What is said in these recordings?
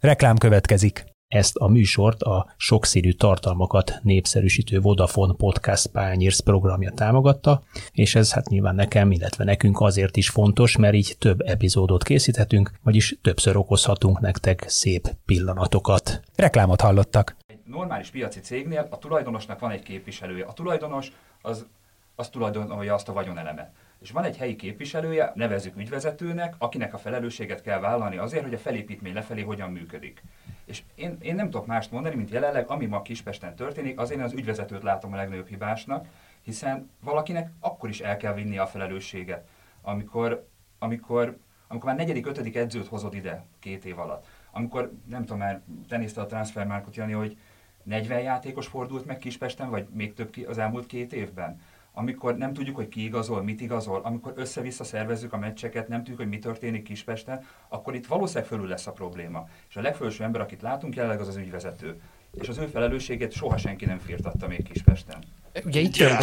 Reklám következik. Ezt a műsort a sokszínű tartalmakat népszerűsítő Vodafone Podcast Pioneers programja támogatta, és ez hát nyilván nekem, illetve nekünk azért is fontos, mert így több epizódot készíthetünk, vagyis többször okozhatunk nektek szép pillanatokat. Reklámot hallottak. Egy normális piaci cégnél a tulajdonosnak van egy képviselője. A tulajdonos az tulajdonolja azt a vagyonelemet. És van egy helyi képviselője, nevezzük ügyvezetőnek, akinek a felelősséget kell vállalni azért, hogy a felépítmény lefelé hogyan működik. És én nem tudok mást mondani, mint jelenleg, ami ma Kispesten történik, azért én az ügyvezetőt látom a legnagyobb hibásnak, hiszen valakinek akkor is el kell vinni a felelősséget, amikor már 4.-5. edzőt hozod ide 2 év alatt. Amikor, nem tudom már, te nézte a Transfermarktot, Jani, hogy 40 játékos fordult meg Kispesten, vagy még több az elmúlt 2 évben. Amikor nem tudjuk, hogy ki igazol, mit igazol, amikor össze-vissza szervezzük a meccseket, nem tudjuk, hogy mi történik Kispesten, akkor itt valószínűleg fölül lesz a probléma. És a legfelső ember, akit látunk jelenleg, az az ügyvezető. És az ő felelősségét soha senki nem firtatta még Kispesten. Ugye itt jön,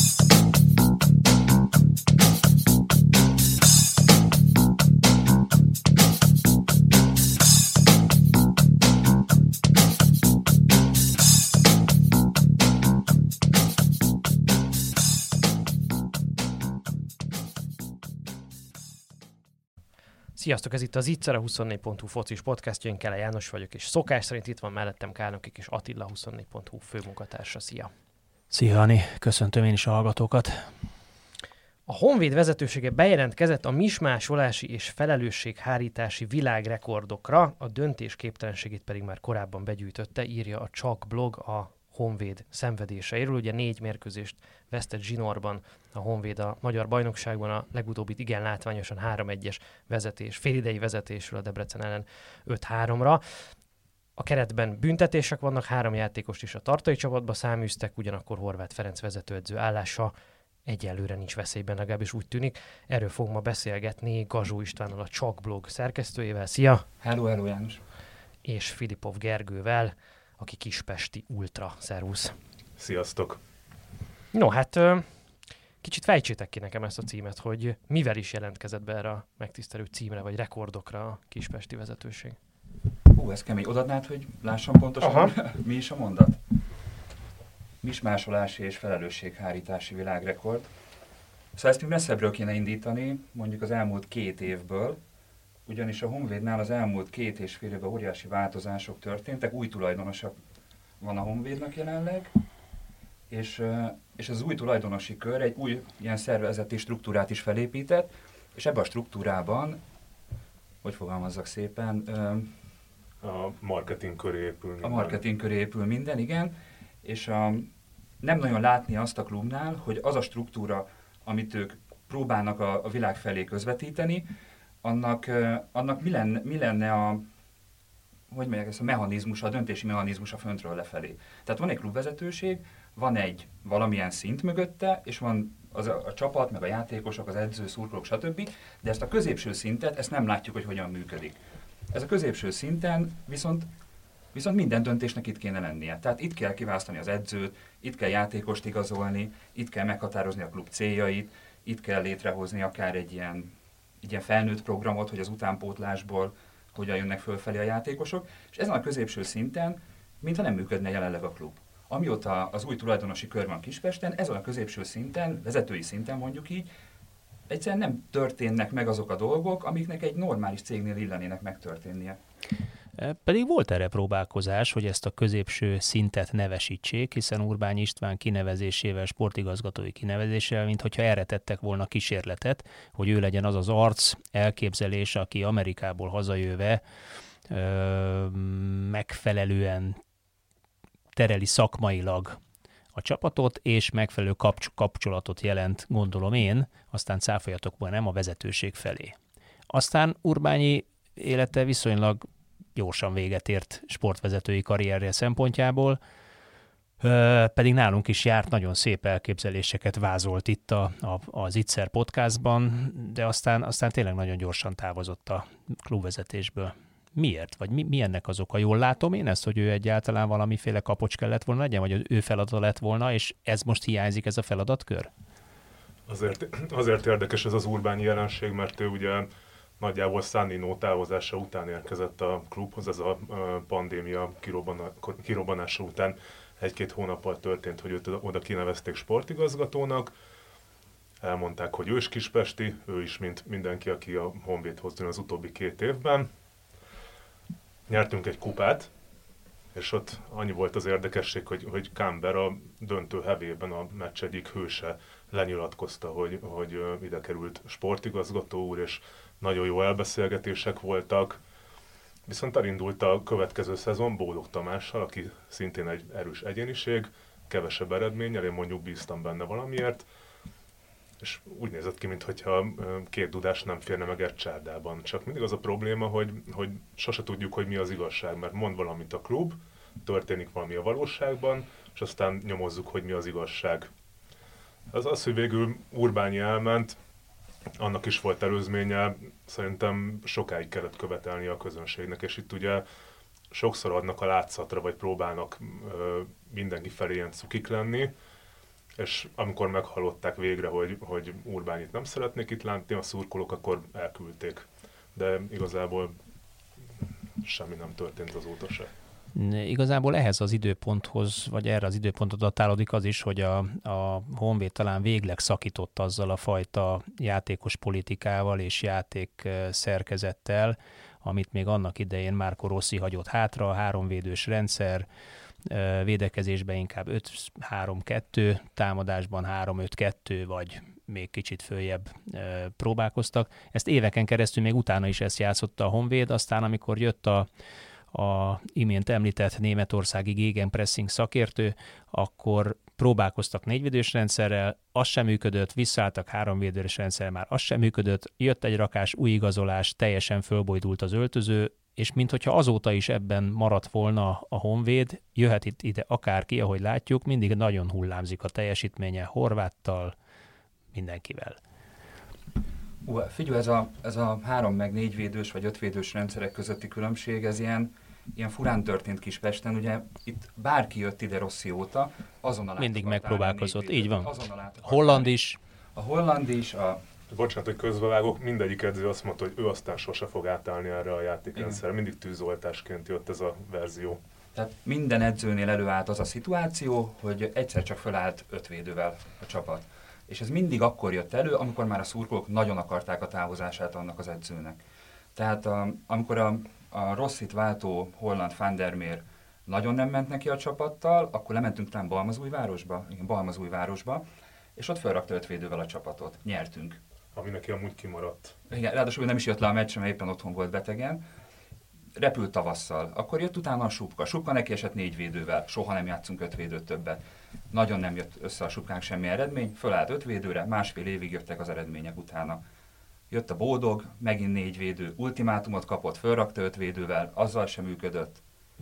Sziasztok, ez itt az Ittszer, a 24.hu focis podcastja, én Kele János vagyok, és szokás szerint itt van mellettem Kálnokik és Attila, 24.hu főmunkatársa. Szia! Szia, Ani! Köszöntöm én is a hallgatókat! A Honvéd vezetősége bejelentkezett a mismásolási és felelősséghárítási világrekordokra, a döntésképtelenségét pedig már korábban begyűjtötte, írja a Csak blog a Honvéd szenvedéseiről. Ugye 4 mérkőzést vesztett zsinórban a Honvéd a magyar bajnokságban, a legutóbbit igen látványosan 3-1-es vezetés, félidei vezetésről a Debrecen ellen 5-3-ra. A keretben büntetések vannak, 3 játékost is a tartai csapatba száműztek, ugyanakkor Horváth Ferenc vezetőedző állása egyelőre nincs veszélyben, legalábbis úgy tűnik. Erről fogunk ma beszélgetni Gazsó Istvánnal, a Csak blog szerkesztőjével. Szia! Hello János! És Filipov Gergővel, aki kispesti ultra. Szervusz! Sziasztok! No, hát kicsit fejtsétek ki nekem ezt a címet, hogy mivel is jelentkezett be erre a megtisztelő címre, vagy rekordokra a kispesti vezetőség. Ez kemény. Odadnád, hogy lássam pontosan, mi is a mondat? Mismásolási és felelősséghárítási világrekord. Szóval ezt még messzebbről kéne indítani, mondjuk az elmúlt 2 évből, ugyanis a Honvédnál az elmúlt 2,5 évben óriási változások történtek, új tulajdonosak van a Honvédnak jelenleg, és az új tulajdonosi kör egy új ilyen szervezeti struktúrát is felépített, és ebben a struktúrában, hogy fogalmazzak szépen, a marketing köré épül minden. A marketing köré épül minden, igen, és nem nagyon látni azt a klubnál, hogy az a struktúra, amit ők próbálnak a világ felé közvetíteni, annak mi lenne a mechanizmusa, a döntési mechanizmusa föntről lefelé. Tehát van egy klubvezetőség, van egy valamilyen szint mögötte, és van a csapat, meg a játékosok, az edző, szurkolók, stb. De ezt a középső szintet, ezt nem látjuk, hogy hogyan működik. Ez a középső szinten viszont minden döntésnek itt kéne lennie. Tehát itt kell kiválasztani az edzőt, itt kell játékost igazolni, itt kell meghatározni a klub céljait, itt kell létrehozni akár egy ilyen felnőtt programot, hogy az utánpótlásból hogyan jönnek fölfelé a játékosok, és ezen a középső szinten, mintha nem működne jelenleg a klub. Amióta az új tulajdonosi kör van Kispesten, ezen a középső szinten, vezetői szinten mondjuk így, egyszerűen nem történnek meg azok a dolgok, amiknek egy normális cégnél illenének megtörténnie. Pedig volt erre próbálkozás, hogy ezt a középső szintet nevesítsék, hiszen Urbány István kinevezésével, sportigazgatói kinevezésével, minthogyha erre tettek volna kísérletet, hogy ő legyen az az arc elképzelés, aki Amerikából hazajöve megfelelően tereli szakmailag a csapatot, és megfelelő kapcsolatot jelent, gondolom én, aztán cáfoljatok nem a vezetőség felé. Aztán Urbányi élete viszonylag gyorsan véget ért sportvezetői karrierje szempontjából, pedig nálunk is járt, nagyon szép elképzeléseket vázolt itt az Ittszer podcastban, de aztán tényleg nagyon gyorsan távozott a klubvezetésből. Miért? Vagy mi ennek az oka? Jól látom én ezt, hogy ő egyáltalán valamiféle kapocs kellett volna legyen, vagy ő feladata lett volna, és ez most hiányzik, ez a feladatkör? Azért érdekes ez az Urbányi jelenség, mert ő ugye nagyjából Sannino távozása után érkezett a klubhoz, ez a pandémia kirobbanása után 1-2 hónappal történt, hogy őt oda kinevezték sportigazgatónak. Elmondták, hogy ő is kispesti, ő is, mint mindenki, aki a Honvédhoz jön az utóbbi 2 évben. Nyertünk egy kupát, és ott annyi volt az érdekesség, hogy Camber a döntő hevében a meccs egyik hőse lenyilatkozta, hogy ide került sportigazgató úr, és nagyon jó elbeszélgetések voltak. Viszont elindult a következő szezon Bólog Tamással, aki szintén egy erős egyéniség, kevesebb eredménnyel, én mondjuk bíztam benne valamiért, és úgy nézett ki, mintha 2 dudás nem férne meg egy csárdában. Csak mindig az a probléma, hogy sose tudjuk, hogy mi az igazság, mert mond valamit a klub, történik valami a valóságban, és aztán nyomozzuk, hogy mi az igazság. Az, hogy végül Urbányi elment, annak is volt előzménye, szerintem sokáig kellett követelni a közönségnek, és itt ugye sokszor adnak a látszatra, vagy próbálnak mindenki felé ilyen cukik lenni, és amikor meghallották végre, hogy Urbányit nem szeretnék itt látni, a szurkolók akkor elküldték. De igazából semmi nem történt azóta se. Igazából ehhez az időponthoz, vagy erre az időpontot datálódik az is, hogy a Honvéd talán végleg szakított azzal a fajta játékos politikával és játék szerkezettel, amit még annak idején Marco Rossi hagyott hátra, a 3 védős rendszer, védekezésben inkább 5-3-2, támadásban 3-5-2, vagy még kicsit följebb próbálkoztak. Ezt éveken keresztül még utána is ezt játszotta a Honvéd, aztán amikor jött a imént említett németországi gegenpressing szakértő, akkor próbálkoztak 4 védős rendszerrel, az sem működött, visszaálltak 3 védős rendszer, már az sem működött, jött egy rakás új igazolás, teljesen fölbojdult az öltöző, és minthogyha azóta is ebben maradt volna a Honvéd, jöhet itt ide akárki, ahogy látjuk, mindig nagyon hullámzik a teljesítménye Horváttal, mindenkivel. Figyelj, ez a 3 meg 4 védős vagy 5 védős rendszerek közötti különbség, ez ilyen furán történt Kispesten, ugye itt bárki jött ide Rossi óta, azonnal mindig megpróbálkozott, így van. Holland is. A holland is, Bocsánat, hogy közbevágok, mindegyik edző azt mondta, hogy ő aztán sose fog átállni erre a játékrendszerre. Mindig tűzoltásként jött ez a verzió. Tehát minden edzőnél előállt az a szituáció, hogy egyszer csak fölállt 5 védővel a csapat. És ez mindig akkor jött elő, amikor már a szurkolók nagyon akarták a távozását annak az edzőnek. Tehát amikor a Rossit váltó holland Van der Meer nagyon nem ment neki a csapattal, akkor lementünk talán Balmazújvárosba, és ott felrakta 5 védővel a csapatot. Nyertünk. Ami neki amúgy kimaradt. Igen, ráadásul nem is jött le a meccs, mert éppen otthon volt betegen. Repült tavasszal. Akkor jött utána a Supka. Supka neki esett 4 védővel. Soha nem játszunk 5 védőt többet. Nagyon nem jött össze a Supkánk semmi eredmény. Fölállt 5 védőre, 1,5 évig jöttek az eredmények utána. Jött a Bódog, megint 4 védő. Ultimátumot kapott, fölrakta 5 védővel, azzal sem működött.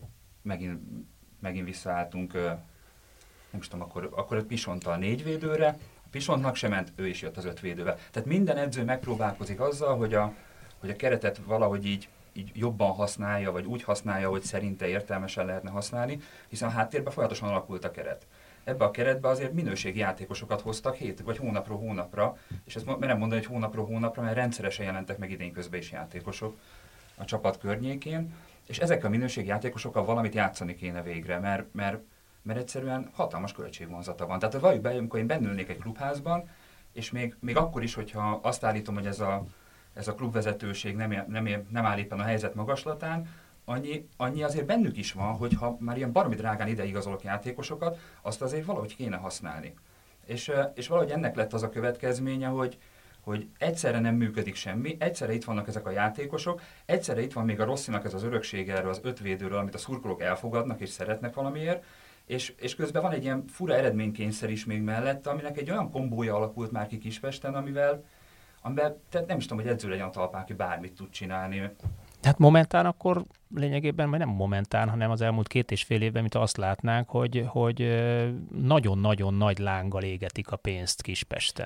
Megint visszaálltunk, nem is tudom, akkor a Pisonttal 4 védőre. A Pisontnak sem ment, ő is jött az 5 védővel. Tehát minden edző megpróbálkozik azzal, hogy a keretet valahogy így jobban használja, vagy úgy használja, hogy szerinte értelmesen lehetne használni, hiszen a háttérben folyamatosan alakult a keret. Ebbe a keretbe azért minőségi játékosokat hoztak vagy hónapról hónapra, és ezt merem mondani, hogy hónapról hónapra, mert rendszeresen jelentek meg idén közben is játékosok a csapat környékén, és ezek a minőségi játékosokkal valamit játszani kéne végre, mert egyszerűen hatalmas költségvonzata van. Tehát valljuk be, amikor én bennülnék egy klubházban, és még akkor is, hogyha azt állítom, hogy ez a klubvezetőség nem áll éppen a helyzet magaslatán, annyi azért bennük is van, hogy ha már ilyen baromi drágán ideigazolok játékosokat, azt azért valahogy kéne használni. És valahogy ennek lett az a következménye, hogy egyszerre nem működik semmi, egyszerre itt vannak ezek a játékosok, egyszerre itt van még a Rossinak ez az öröksége erről az 5 védőről, amit a szurkolók elfogadnak és szeretnek valamiért, és közben van egy ilyen fura eredménykényszer is még mellette, aminek egy olyan kombója alakult már ki Kispesten, amiben tehát nem is tudom, hogy edző legyen a talpán, aki bármit tud csinálni. Hát momentán akkor lényegében, vagy nem momentán, hanem az elmúlt 2,5 évben, mint azt látnánk, hogy nagyon-nagyon nagy lánggal égetik a pénzt Kispesten.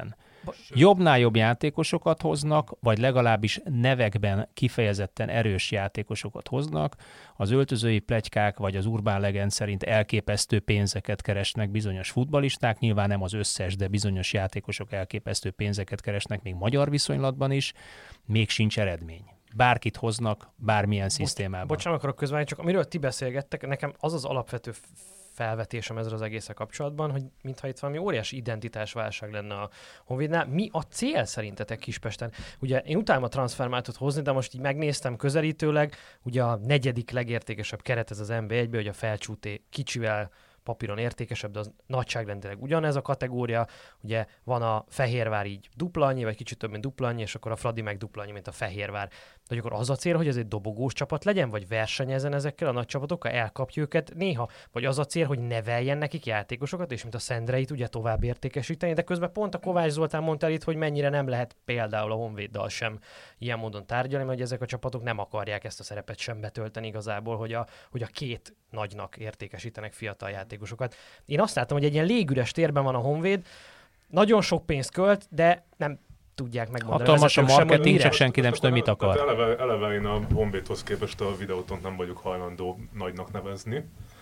jobbnál jobb játékosokat hoznak, vagy legalábbis nevekben kifejezetten erős játékosokat hoznak. Az öltözői pletykák vagy az Urban Legend szerint elképesztő pénzeket keresnek bizonyos futballisták, nyilván nem az összes, de bizonyos játékosok elképesztő pénzeket keresnek még magyar viszonylatban is, még sincs eredmény. Bárkit hoznak, bármilyen szisztémában. Bocsánat, akarok közben, csak amiről ti beszélgettek, nekem az az alapvető felvetésem ezzel az egészen kapcsolatban, hogy mintha itt valami óriási identitásválság lenne a Honvédnál. Mi a cél szerintetek Kispesten? Ugye én utálom a transfermártot hozni, de most így megnéztem közelítőleg, ugye a 4. legértékesebb keret ez az NB1-ben, hogy a Felcsúté kicsivel papíron értékesebb, de az nagyságrendileg ugyanez a kategória. Ugye van a Fehérvár így dupla annyi, vagy kicsit több, mint dupla annyi, és akkor a Fradi meg dupla annyi, mint a Fehérvár. De hogy akkor az a cél, hogy ez egy dobogós csapat legyen, vagy versenyezzen ezekkel a nagy csapatokkal, elkapja őket néha, vagy az a cél, hogy neveljen nekik játékosokat, és mint a Szendreit ugye tovább értékesíteni, de közben pont a Kovács Zoltán mondta itt, hogy mennyire nem lehet például a Honvéddal sem ilyen módon tárgyalni, hogy ezek a csapatok nem akarják ezt a szerepet sem betölteni igazából, hogy a két nagynak értékesítenek fiatal játékosokat. Én azt látom, hogy egy ilyen légüres térben van a Honvéd, nagyon sok pénzt költ, de nem tudják megmondani. Hatalmas a marketing, csak senki nem tudja, mit akar. Eleve én a Honvédhoz képest a videótont nem vagyok hajlandó nagynak nevezni.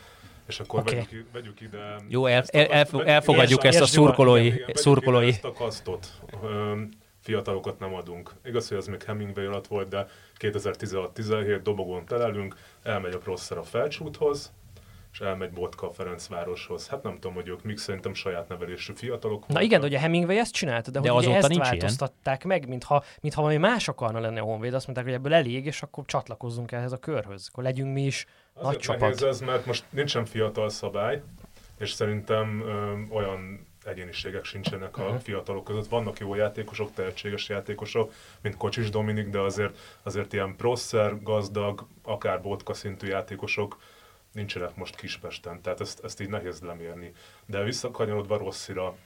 És akkor vegyük ide... Jó, elfogadjuk ezt a szurkolói... Ezt a kasztot. Fiatalokat nem adunk. Igaz, hogy ez még Hemingway alatt volt, de 2016-17 dobogón telelünk, elmegy a Prosser a Felcsúthoz, és elmegy Botka a Ferencvároshoz. Hát nem tudom, hogy ők még szerintem saját nevelésű fiatalok voltak. Na igen, de ugye Hemingway ezt csinálta, de hogy ugye ezt változtatták ilyen? meg, mintha valami más akarna lenni a Honvéd. Azt mondták, hogy ebből elég, és akkor csatlakozzunk ehhez a körhöz. Akkor legyünk mi is azért nagy csapat. Nehéz ez, mert most nincsen fiatal szabály, és szerintem olyan egyéniségek sincsenek a fiatalok között. Vannak jó játékosok, tehetséges játékosok, mint Kocsis Dominik, de azért ilyen Prosser, gazdag, akár Botka szintű játékosok nincsenek most Kispesten, tehát ezt így nehéz lemérni. De visszakanyarodva Rosszira,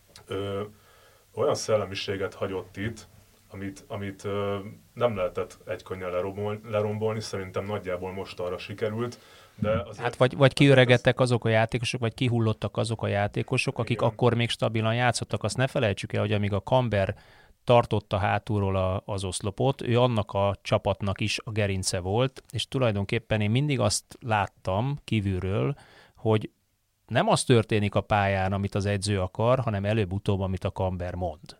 olyan szellemiséget hagyott itt, amit nem lehetett egykönnyen lerombolni, szerintem nagyjából most arra sikerült. De hát vagy kiöregedtek azok a játékosok, vagy kihullottak azok a játékosok, akik igen, akkor még stabilan játszottak. Azt ne felejtsük el, hogy amíg a Kamber tartotta hátulról az oszlopot, ő annak a csapatnak is a gerince volt, és tulajdonképpen én mindig azt láttam kívülről, hogy nem az történik a pályán, amit az edző akar, hanem előbb-utóbb, amit a Kamber mond.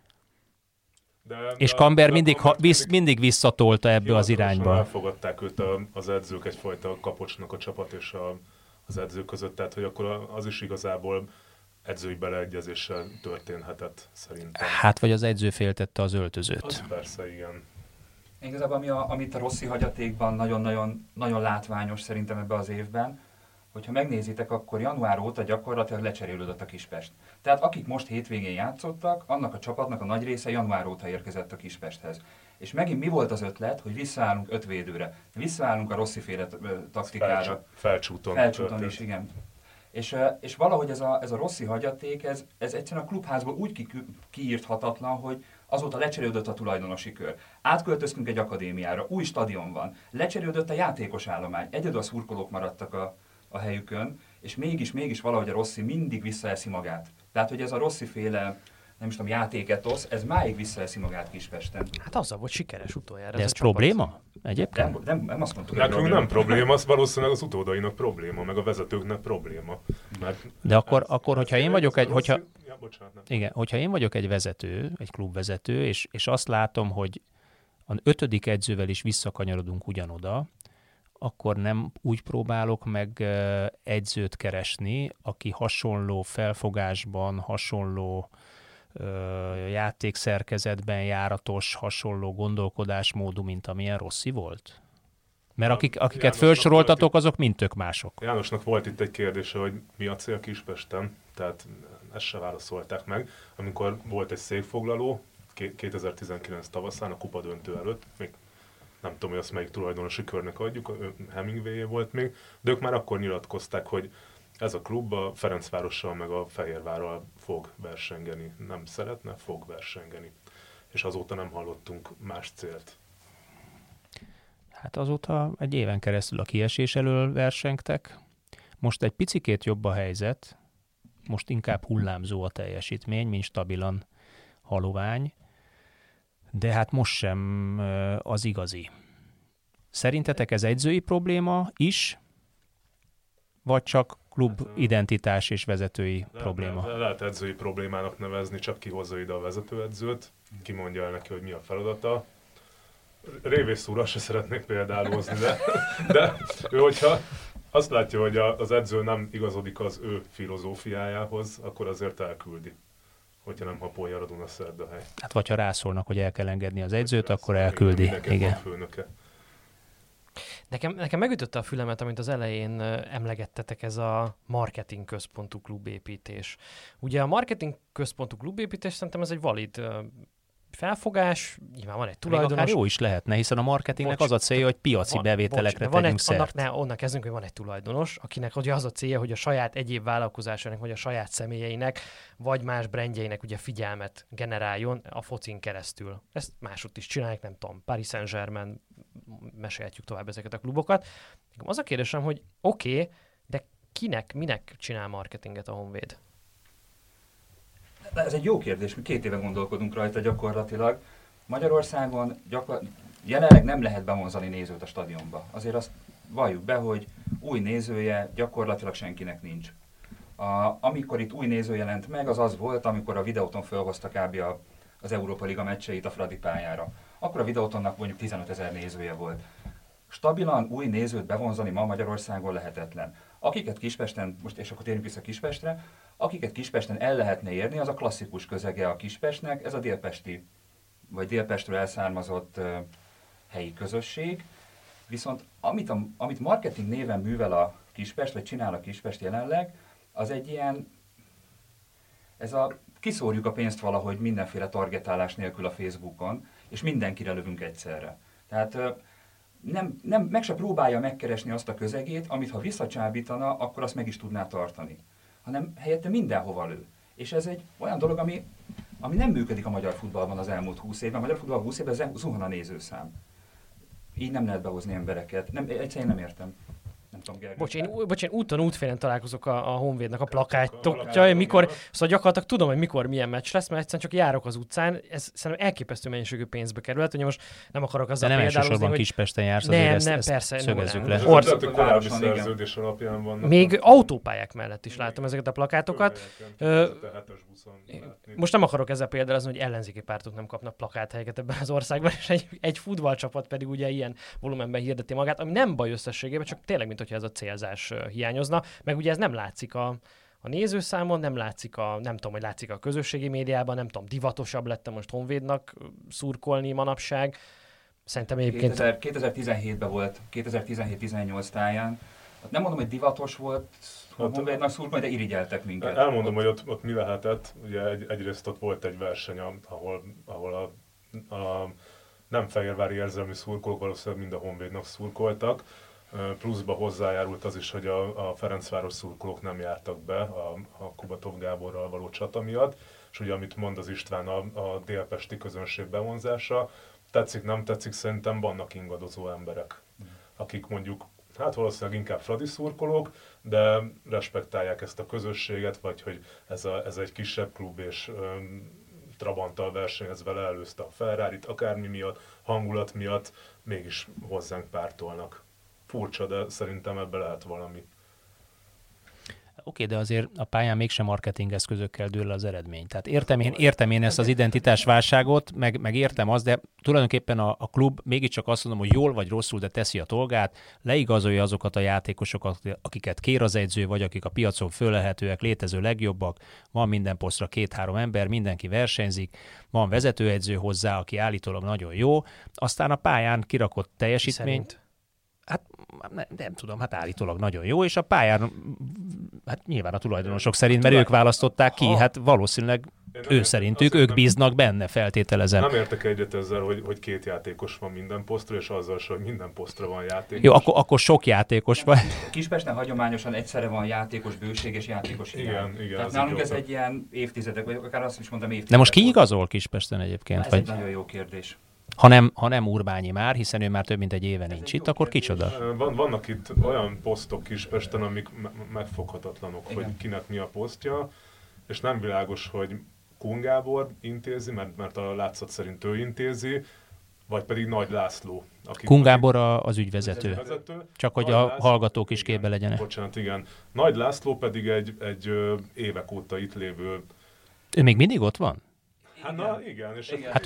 És Kamber mindig visszatolta ebbe az irányba. Elfogadták őt az edzők egyfajta kapocsnak a csapat és az edző között, tehát hogy akkor az is igazából edzői beleegyezéssel történhetett szerintem. Hát vagy az edző féltette az öltözőt. Az persze, igen. Igazából amit a Rossi hagyatékban nagyon látványos szerintem ebben az évben, hogyha megnézitek, akkor január óta gyakorlatilag lecserélődött a Kispest. Tehát akik most hétvégén játszottak, annak a csapatnak a nagy része január óta érkezett a Kispesthez. És megint mi volt az ötlet, hogy visszaállunk 5 védőre. Visszaállunk a Rossi-féle taktikára. Felcsúton is, igen. És valahogy ez a Rossi hagyaték, ez egyszerűen a klubházból úgy kiírthatatlan, hogy azóta lecserélődött a tulajdonosi kör. Átköltöztünk egy akadémiára, új stadion van, lecserélődött a játékos állomány, egyedül a szurkolók maradtak a helyükön, és mégis valahogy a Rossi mindig visszaeszi magát. Tehát, hogy ez a Rossi-féle, nem is tudom, játéketosz, ez máig visszaeszi magát Kispesten. Hát azzal volt sikeres utoljára. De ez probléma? Egyébként? Nem azt mondtuk, nekünk nem probléma, az valószínűleg az utódainak probléma, meg a vezetőknek probléma. De akkor hogyha én vagyok hogyha én vagyok egy vezető, egy klubvezető, és azt látom, hogy az 5. edzővel is visszakanyarodunk ugyanoda, akkor nem úgy próbálok meg edzőt keresni, aki hasonló felfogásban, hasonló játékszerkezetben járatos, hasonló gondolkodásmódú, mint amilyen Rossi volt? Mert akiket felsoroltatok, azok mind tök mások. Jánosnak volt itt egy kérdése, hogy mi a cél Kispesten, tehát ezt se válaszolták meg. Amikor volt egy székfoglaló, 2019 tavaszán, a kupa döntő előtt, még nem tudom, hogy azt melyik tulajdonosi körnek adjuk, Hemingway volt még, de ők már akkor nyilatkozták, hogy ez a klub a Ferencvárossal meg a Fehérvárral fog versengeni. Nem szeretne, fog versengeni. És azóta nem hallottunk más célt. Hát azóta egy éven keresztül a kiesés elől versengtek. Most egy picikét jobb a helyzet, most inkább hullámzó a teljesítmény, mint stabilan halovány, de hát most sem az igazi. Szerintetek ez edzői probléma is, vagy csak klub identitás és vezetői probléma? Lehet edzői problémának nevezni, csak kihozza ide a vezetőedzőt, kimondja el neki, hogy mi a feladata. Révész úrra se szeretnék például hozni, de ő, hogyha azt látja, hogy az edző nem igazodik az ő filozófiájához, akkor azért elküldi, hogyha nem hapolja a Dunaszerdahely. Hát vagy ha rászólnak, hogy el kell engedni az edzőt, akkor elküldi. Igen. Főnöke. Nekem megütötte a fülemet, amit az elején emlegettetek, ez a marketing központú klubépítés. Ugye a marketing központú klubépítés szerintem ez egy valid felfogás, nyilván van egy tulajdonos. Még akár jó is lehetne, hiszen a marketingnek az a célja, hogy piaci bevételekre tegyünk szert. Onnan kezdünk, hogy van egy tulajdonos, akinek ugye az a célja, hogy a saját egyéb vállalkozásának, vagy a saját személyeinek, vagy más brandjeinek ugye figyelmet generáljon a focin keresztül. Ezt másutt is csinálják, nem tudom, Paris Saint-Germain, mesélhetjük tovább ezeket a klubokat. Az a kérdésem, hogy oké, de minek csinál marketinget a Honvéd? Ez egy jó kérdés, mi 2 éve gondolkodunk rajta gyakorlatilag. Magyarországon jelenleg nem lehet bevonzani nézőt a stadionba. Azért azt valljuk be, hogy új nézője gyakorlatilag senkinek nincs. Amikor itt új néző jelent meg, az volt, amikor a Videóton felhozta kb. Az Európa Liga meccseit a Fradi pályára. Akkor a Videótonnak mondjuk 15 000 nézője volt. Stabilan új nézőt bevonzani ma Magyarországon lehetetlen. Akiket Kispesten, most és akkor térjünk vissza Kispestre, akiket Kispesten el lehetne érni, az a klasszikus közege a Kispestnek, ez a délpesti, vagy Délpestről elszármazott helyi közösség. Viszont amit marketing néven művel a Kispest, vagy csinál a Kispest jelenleg, az egy ilyen, kiszórjuk a pénzt valahogy mindenféle targetálás nélkül a Facebookon, és mindenkire lövünk egyszerre. Tehát nem, meg se próbálja megkeresni azt a közegét, amit ha visszacsábítana, akkor azt meg is tudná tartani. Hanem helyette mindenhova lő. És ez egy olyan dolog, ami nem működik a magyar futballban az elmúlt 20 évben. A magyar futballban 20 évben zuhan a nézőszám. Így nem lehet behozni embereket. Egyszerűen nem értem. Nem tudom, Gergely. Bocs, én úton útfélen találkozok a Honvédnak a plakátja, mikor, szóval gyakorlatilag tudom, hogy mikor milyen meccs lesz, mert egyszerűen csak járok az utcán, ez szerintem elképesztő mennyiségű pénzbe került, hogy most nem akarok azzal példálozni, hogy... De nem elsősorban Kispesten jársz, azért nem, ezt persze, szögezzük le. Korábbi szerződés alapján vannak. Még autópályák mellett is látom ezeket a plakátokat. Most nem akarok ezzel példálozni, hogy ellenzéki pártok nem kapnak plakáthelyeket ebben az országban, és egy futballcsapat pedig ugye ilyen volumenben hirdeti magát, ami nem baj összességében, csak tényleg, mint hogyha ez a célzás hiányozna. Meg ugye ez nem látszik a nézőszámon, nem látszik nem tudom, hogy látszik a közösségi médiában, nem tudom, divatosabb lett most Honvédnak szurkolni manapság. Szerintem egyébként... 2017-ben volt, 2017-18 táján. Nem mondom, hogy divatos volt Honvédnak szurkolni, de irigyeltek minket. Elmondom, hogy ott mi lehetett. Ugye egyrészt ott volt egy verseny, ahol a nem fehérvári érzelmi szurkolók valószínűleg mind a Honvédnak szurkoltak. Pluszba hozzájárult az is, hogy a Ferencváros szurkolók nem jártak be a Kubatov Gáborral való csata miatt, és ugye amit mond az István a délpesti közönség bevonzása, tetszik, nem tetszik, szerintem vannak ingadozó emberek, akik mondjuk, hát valószínűleg inkább Fradi szurkolók, de respektálják ezt a közösséget, vagy hogy ez egy kisebb klub, és Trabanttal versenyez vele, előzte a Ferrarit, akármi miatt, hangulat miatt, mégis hozzánk pártolnak. Furcsa, de szerintem ebbe lehet valami. Oké, de azért a pályán mégsem marketing eszközökkel dől az eredmény. Tehát értem én ezt az identitásválságot, meg értem azt, de tulajdonképpen a klub mégiscsak azt mondom, hogy jól vagy rosszul, de teszi a dolgát, leigazolja azokat a játékosokat, akiket kér az edző, vagy akik a piacon fölelhetőek, létező legjobbak, van minden posztra 2-3 ember, mindenki versenyzik, van vezetőedző hozzá, aki állítólag nagyon jó, aztán a pályán kirakott teljesítményt. Hát nem tudom, hát állítólag nagyon jó, és a pályán, hát nyilván a tulajdonosok szerint, mert ők választották ki, hát valószínűleg szerintük, ők bíznak benne, feltételezem. Nem értek egyet ezzel, hogy 2 játékos van minden posztra, és azzal hogy minden posztra van játékos. Jó, akkor sok játékos van. Kispesten hagyományosan egyszerre van játékos bőség és játékos hiány. Igen. Tehát nálunk ez egy ilyen évtizedek, vagy akár azt is mondom évtizedek. De most ki igazol Kispesten egyébként? Ez egy nagyon jó kérdés. Ha nem Urbányi már, hiszen ő már több mint egy éve nincs itt, akkor kicsoda? Vannak itt olyan posztok Kispesten, amik megfoghatatlanok, hogy kinek mi a posztja, és nem világos, hogy Kun Gábor intézi, mert a látszat szerint ő intézi, vagy pedig Nagy László. Kun Gábor az ügyvezető. Csak hogy a hallgatók is képbe legyenek. Bocsánat, igen. Nagy László pedig egy évek óta itt lévő... Ő még mindig ott van? Hát na, igen. És hát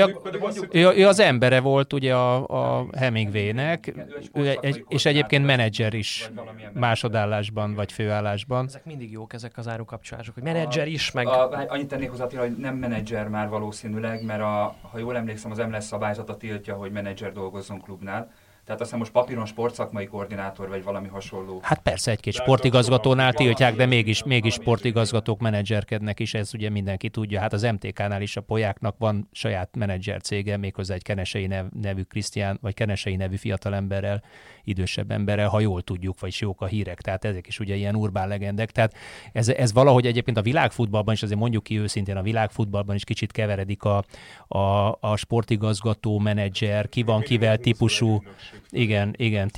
ő az embere volt ugye a Hemingway-nek, és egyébként menedzser is másodállásban vagy főállásban. Ezek mindig jók, ezek az árukapcsolások, hogy menedzser is, meg... Annyit tennék hozzá, hogy nem menedzser már valószínűleg, mert ha jól emlékszem, az MLS szabályzata tiltja, hogy menedzser dolgozzon klubnál. Tehát azt hiszem most papíron sportszakmai koordinátor, vagy valami hasonló. Hát persze, egy-két sportigazgatónál tiltják, de mégis sportigazgatók menedzserkednek is, ez ugye mindenki tudja. Hát az MTK-nál is a Polyáknak van saját menedzser cége, méghozzá egy Kenesei nevű Krisztián, vagy Kenesei nevű fiatalemberrel, idősebb emberrel, ha jól tudjuk, vagy jók a hírek. Tehát ezek is ugye ilyen urbán legendek. Tehát ez valahogy egyébként a világfutballban is, azért mondjuk ki őszintén, a világfutballban is kicsit keveredik a sportigazgató, menedzser, ki van kivel típusú. Igen.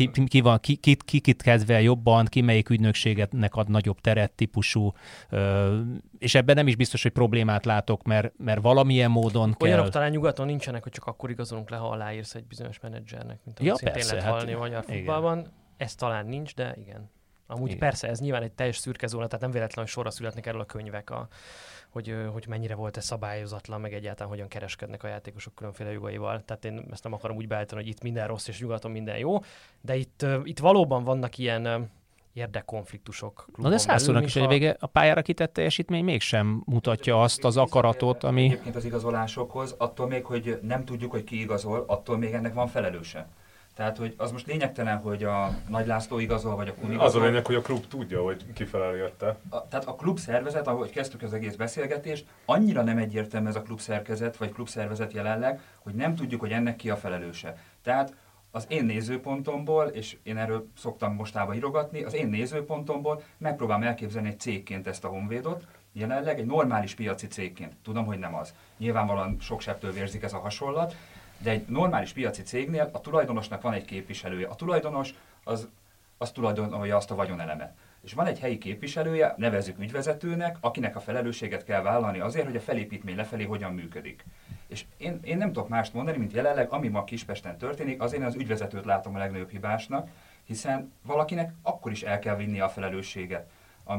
Kit kedvel jobban, ki melyik ügynökségnek ad nagyobb teret típusú, és ebben nem is biztos, hogy problémát látok, mert valamilyen módon kell... Olyanok talán nyugaton nincsenek, hogy csak akkor igazolunk le, ha aláírsz egy bizonyos menedzsernek, mint amit szintén lehet hallani a magyar futballban. Ez talán nincs, de igen. Amúgy igen. Persze, ez nyilván egy teljes szürke zóna, tehát nem véletlen, hogy sorra születnek erről a könyvek, hogy mennyire volt ez szabályozatlan, meg egyáltalán hogyan kereskednek a játékosok különféle jogaival. Tehát én ezt nem akarom úgy beállítani, hogy itt minden rossz és nyugaton minden jó, de itt valóban vannak ilyen érdekkonfliktusok. Na de Szászlónak is egy vége, a pályára kitett teljesítmény mégsem mutatja azt az akaratot, ami... Egyébként az igazolásokhoz, attól még, hogy nem tudjuk, hogy ki igazol, attól még ennek van felelőse. Tehát, hogy az most lényegtelen, hogy a Nagy László igazol, vagy a Kun igazol. Az a lényeg, hogy a klub tudja, hogy ki felel érte. Tehát a klubszervezet, ahogy kezdtük az egész beszélgetést, annyira nem egyértelmű ez a klubszerkezet, vagy klubszervezet jelenleg, hogy nem tudjuk, hogy ennek ki a felelőse. Tehát az én nézőpontomból, és én erről szoktam mostában írogatni, az én nézőpontomból megpróbálom elképzelni egy cégként ezt a Honvédot, jelenleg egy normális piaci cégként. Tudom, hogy nem az. Nyilvánvalóan sok sebtől vérzik ez a hasonlat, de egy normális piaci cégnél a tulajdonosnak van egy képviselője. A tulajdonos az tulajdonolja azt a vagyonelemet. És van egy helyi képviselője, nevezzük ügyvezetőnek, akinek a felelősséget kell vállalni azért, hogy a felépítmény lefelé hogyan működik. És én nem tudok mást mondani, mint jelenleg, ami ma Kispesten történik, azért én az ügyvezetőt látom a legnagyobb hibásnak, hiszen valakinek akkor is el kell vinni a felelősséget,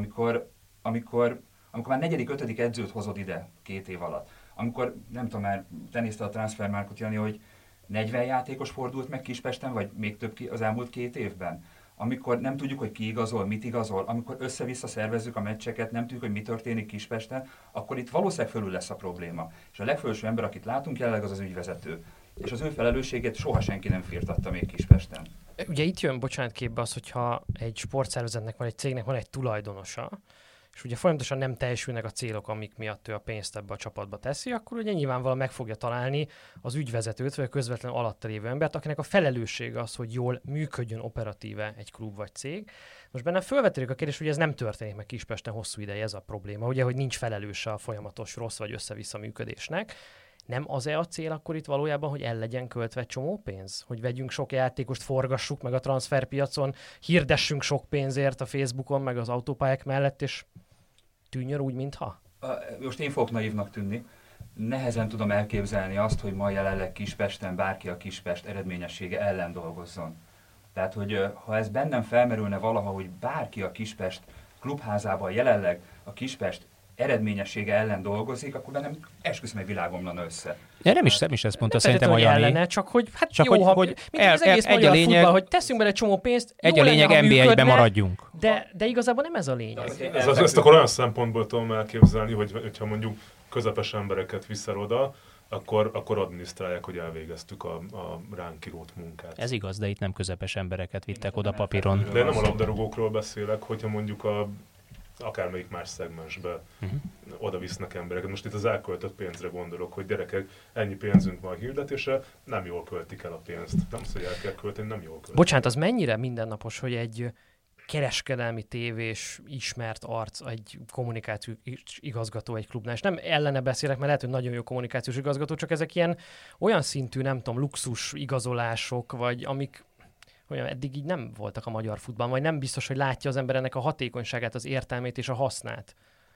amikor már 4.-5. edzőt hozod ide 2 év alatt. Amikor, nem tudom már, te nézte a Transfermarktot, Jani, hogy 40 játékos fordult meg Kispesten, vagy még több az elmúlt 2 évben. Amikor nem tudjuk, hogy ki igazol, mit igazol, amikor össze-vissza szervezzük a meccseket, nem tudjuk, hogy mi történik Kispesten, akkor itt valószínűleg fölül lesz a probléma. És a legfelső ember, akit látunk jelenleg, az az ügyvezető. És az ő felelősségét soha senki nem firtatta még Kispesten. Ugye itt jön, bocsánat, képbe az, hogyha egy sportszervezetnek van, egy cégnek van egy tulajdonosa, és ugye folyamatosan nem teljesülnek a célok, amik miatt ő a pénzt ebbe a csapatba teszi, akkor ugye nyilvánvalóan meg fogja találni az ügyvezetőt, vagy a közvetlenül alatta lévő embert, akinek a felelőssége az, hogy jól működjön operatíve egy klub vagy cég. Most bennem felvetődik a kérdés, hogy ez nem történik meg Kispesten hosszú ideje, ez a probléma, ugye, hogy nincs felelőse a folyamatos rossz vagy össze-vissza működésnek. Nem az-e a cél akkor itt valójában, hogy el legyen költve egy csomó pénz? Hogy vegyünk sok játékost, forgassuk meg a transferpiacon, hirdessünk sok pénzért a Facebookon, meg az autópályák mellett, és tűnjön úgy, mintha? Most én fogok naívnak tűnni. Nehezen tudom elképzelni azt, hogy ma jelenleg Kispesten bárki a Kispest eredményessége ellen dolgozzon. Tehát, hogy ha ez bennem felmerülne valaha, hogy bárki a Kispest klubházában jelenleg a Kispest eredményessége ellen dolgozik, akkor bennem esküszöm, egy világomlana össze. Ja, nem is ezt mondta szerintem a Jani. Ellene, csak hogy hát csak jó, hogy az egész egy a lényeg, futball, hogy teszünk bele egy csomó pénzt, egy a lényeg, NB1-ben maradjunk. De igazából nem ez a lényeg. Ezt akkor olyan szempontból tudom elképzelni, hogyha mondjuk közepes embereket viszel oda, akkor adminisztrálják, hogy elvégeztük a ránk kirót munkát. Ez igaz, de itt nem közepes embereket vittek oda papíron. De nem a labdarúgókról beszélek, hogyha mondjuk akármelyik más szegmensbe oda visznek embereket. Most itt az elköltött pénzre gondolok, hogy gyerekek, ennyi pénzünk van a hirdetésre, nem jól költik el a pénzt. Nem az, hogy el kell költeni, nem jól költik. Bocsánat, az mennyire mindennapos, hogy egy kereskedelmi tévés ismert arc, egy kommunikációs igazgató egy klubnál, és nem ellene beszélek, mert lehet, hogy nagyon jó kommunikációs igazgató, csak ezek ilyen olyan szintű, nem tudom, luxus igazolások, vagy amik olyan eddig így nem voltak a magyar futballban, vagy nem biztos, hogy látja az ember ennek a hatékonyságát, az értelmét és a hasznát.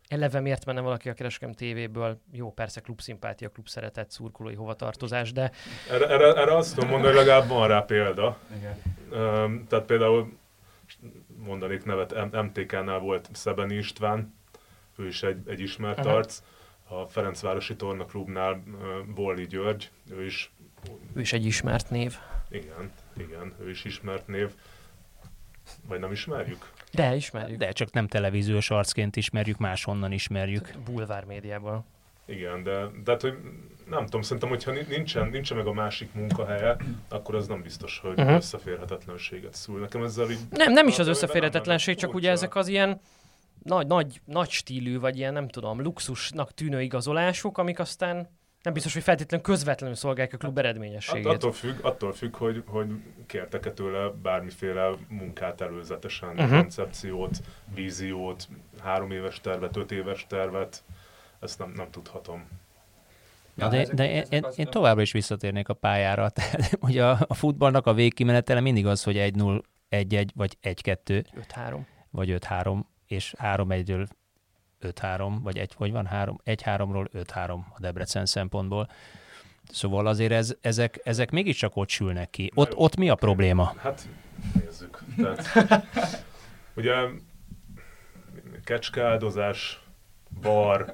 eleve miért menne valaki a Kereskedelmi tévéből? Jó, persze klubszimpátia, klubszeretet, szurkolói hovatartozás, de... Erre azt tudom mondani, hogy legalább van rá példa. Igen. Tehát például mondanék nevet, MTK-nál volt Szebeni István, ő is egy ismert arc. A Ferencvárosi Torna Klubnál Bolli György, ő is egy ismert név. Igen, ő is ismert név. Vagy nem ismerjük? De ismerjük. De csak nem televíziós arcként ismerjük, máshonnan ismerjük. Bulvár médiából. Igen, de hát, hogy nem tudom, szerintem, hogyha nincsen meg a másik munkahelye, akkor az nem biztos, hogy összeférhetetlenséget szül. Nekem ezzel így... Nem is az összeférhetetlenség, csak ugye furcsa. ezek az ilyen nagy stílű, vagy ilyen, nem tudom, luxusnak tűnő igazolások, amik aztán nem biztos, hogy feltétlenül közvetlenül szolgálják a klub eredményességét. Attól függ, hogy kértek-e tőle bármiféle munkát előzetesen, koncepciót, víziót, 3 éves tervet, 5 éves tervet, ezt nem tudhatom. Ja, de én továbbra is visszatérnék a pályára. Tehát ugye a futballnak a végkimenetele mindig az, hogy 1-0, 1-1, vagy 1-2, 5-3. vagy 5-3, és 3-1-ről 5-3, vagy hogy van? 1-3-ról 5-3 a Debrecen szempontból. Szóval azért ezek mégiscsak ott sülnek ki. Ott mi a probléma? Hát nézzük. Tehát, ugye kecskeáldozás, bar,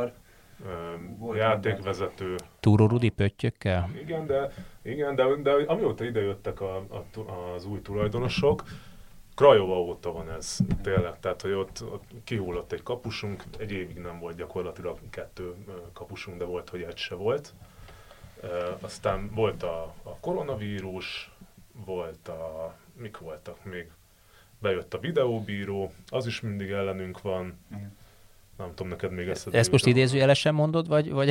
játékvezető. Túró Rudi pöttyökkel? Igen, de amióta idejöttek az új tulajdonosok, Krajova óta van ez tényleg, tehát hogy ott kihullott egy kapusunk, egy évig nem volt gyakorlatilag 2 kapusunk, de volt, hogy egy se volt. Aztán volt a koronavírus, mik voltak még? Bejött a videóbíró, az is mindig ellenünk van. Nem tudom, neked még ezt most idézőjelesen mondod, vagy?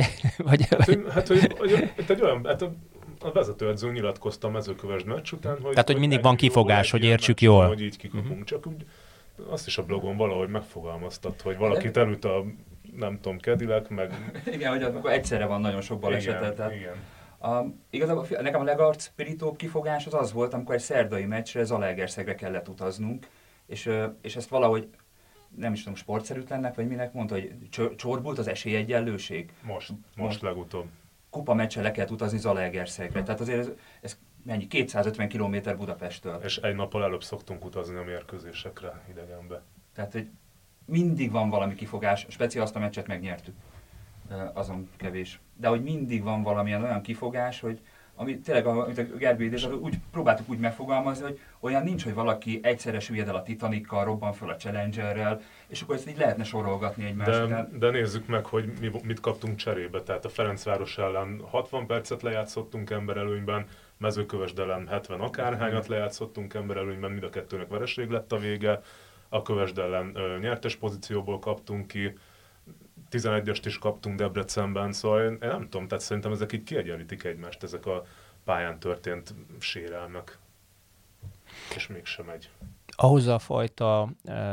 A vezetőedző nyilatkozta a Mezőkövesd meccs után, hogy... Tehát, hogy mindig van kifogás, hogy értsük jól. Hogy így kikapunk, csak úgy azt is a blogon valahogy megfogalmaztat, hogy valakit elüt a, nem tudom, Cadillac, meg... Igen, hogy akkor egyszerre van nagyon sok balesetet. Igen. Igazából nekem a legarcpirítóbb kifogás az volt, amikor egy szerdai meccsre Zalaegerszegre kellett utaznunk, és ezt valahogy nem is tudom, sportszerűtlennek, vagy minek mondta, hogy csorbult az esélyegyenlőség. Most legutóbb. Kupa meccsen le kellett utazni Zalaegerszegre. Tehát azért ez mennyi? 250 km Budapesttől. És egy nappal előbb szoktunk utazni a mérkőzésekre idegenbe. Tehát, hogy mindig van valami kifogás, speciál azt a meccset megnyertük. Azon kevés. De hogy mindig van valamilyen olyan kifogás, hogy ami tényleg, amit a Gergő idéz, úgy próbáltuk úgy megfogalmazni, hogy olyan nincs, hogy valaki egyszerre süllyed el a Titanikkal, robban föl a Challengerrel, és akkor ezt így lehetne sorolgatni egymásra. De nézzük meg, hogy mit kaptunk cserébe. Tehát a Ferencváros ellen 60 percet lejátszottunk emberelőnyben, Mezőkövesd ellen 70 akárhányat lejátszottunk emberelőnyben, mind a kettőnek vereség lett a vége. A Kövesd ellen nyertes pozícióból kaptunk ki, 11-est is kaptunk Debrecenben, szóval én nem tudom, tehát szerintem ezek így kiegyenlítik egymást, ezek a pályán történt sérelmek. És mégsem megy. Ahhoz a fajta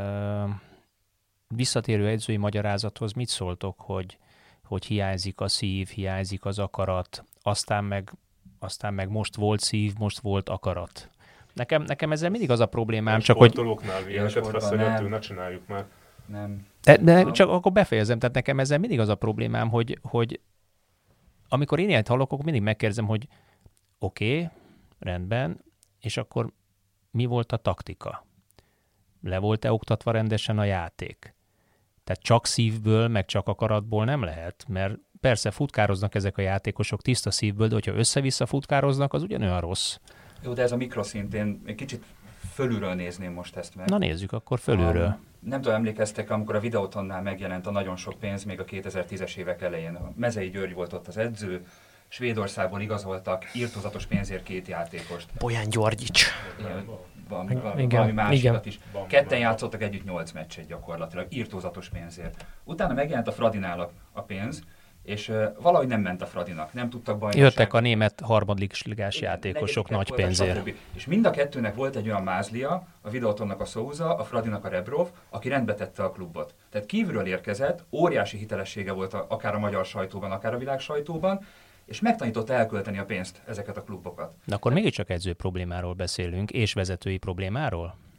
visszatérő edzői magyarázathoz mit szóltok, hogy hiányzik a szív, hiányzik az akarat, aztán meg most volt szív, most volt akarat. Nekem ezzel mindig az a problémám, csak hogy... Sportolóknál ilyeneket feszegetünk, ne csináljuk már. Nem. De csak akkor befejezem, tehát nekem ezzel mindig az a problémám, hogy amikor én ilyet hallok, akkor mindig megkérdezem, hogy oké, rendben, és akkor mi volt a taktika? Le volt-e oktatva rendesen a játék? Tehát csak szívből, meg csak akaratból nem lehet, mert persze futkároznak ezek a játékosok tiszta szívből, de hogyha össze-vissza futkároznak, az ugyanolyan rossz. Jó, de ez a mikroszintén egy kicsit fölülről nézném most ezt meg. Na nézzük akkor fölülről. Nem tudom, emlékeztek, amikor a Videótonnál megjelent a nagyon sok pénz még a 2010-es évek elején. A Mezei György volt ott az edző, Svédországból igazoltak irtózatos pénzért 2 játékost. Bolyán Györgyics. Valami másikat is. Ketten játszottak együtt 8 meccset gyakorlatilag, irtózatos pénzért. Utána megjelent a Fradinál a pénz, és valahogy nem ment a Fradinak, nem tudtak bajnokságot. Jöttek a német harmadligás játékosok nagy pénzért. És mind a kettőnek volt egy olyan mázlia, a Videótonnak a Souza, a Fradinak a Rebrov, aki rendbe tette a klubot. Tehát kívülről érkezett, óriási hitelessége volt akár a magyar sajtóban, akár a világ sajtóban, és megtanította elkölteni a pénzt ezeket a klubokat. De akkor mégiscsak edző problémáról beszélünk, és vezetői problémáról?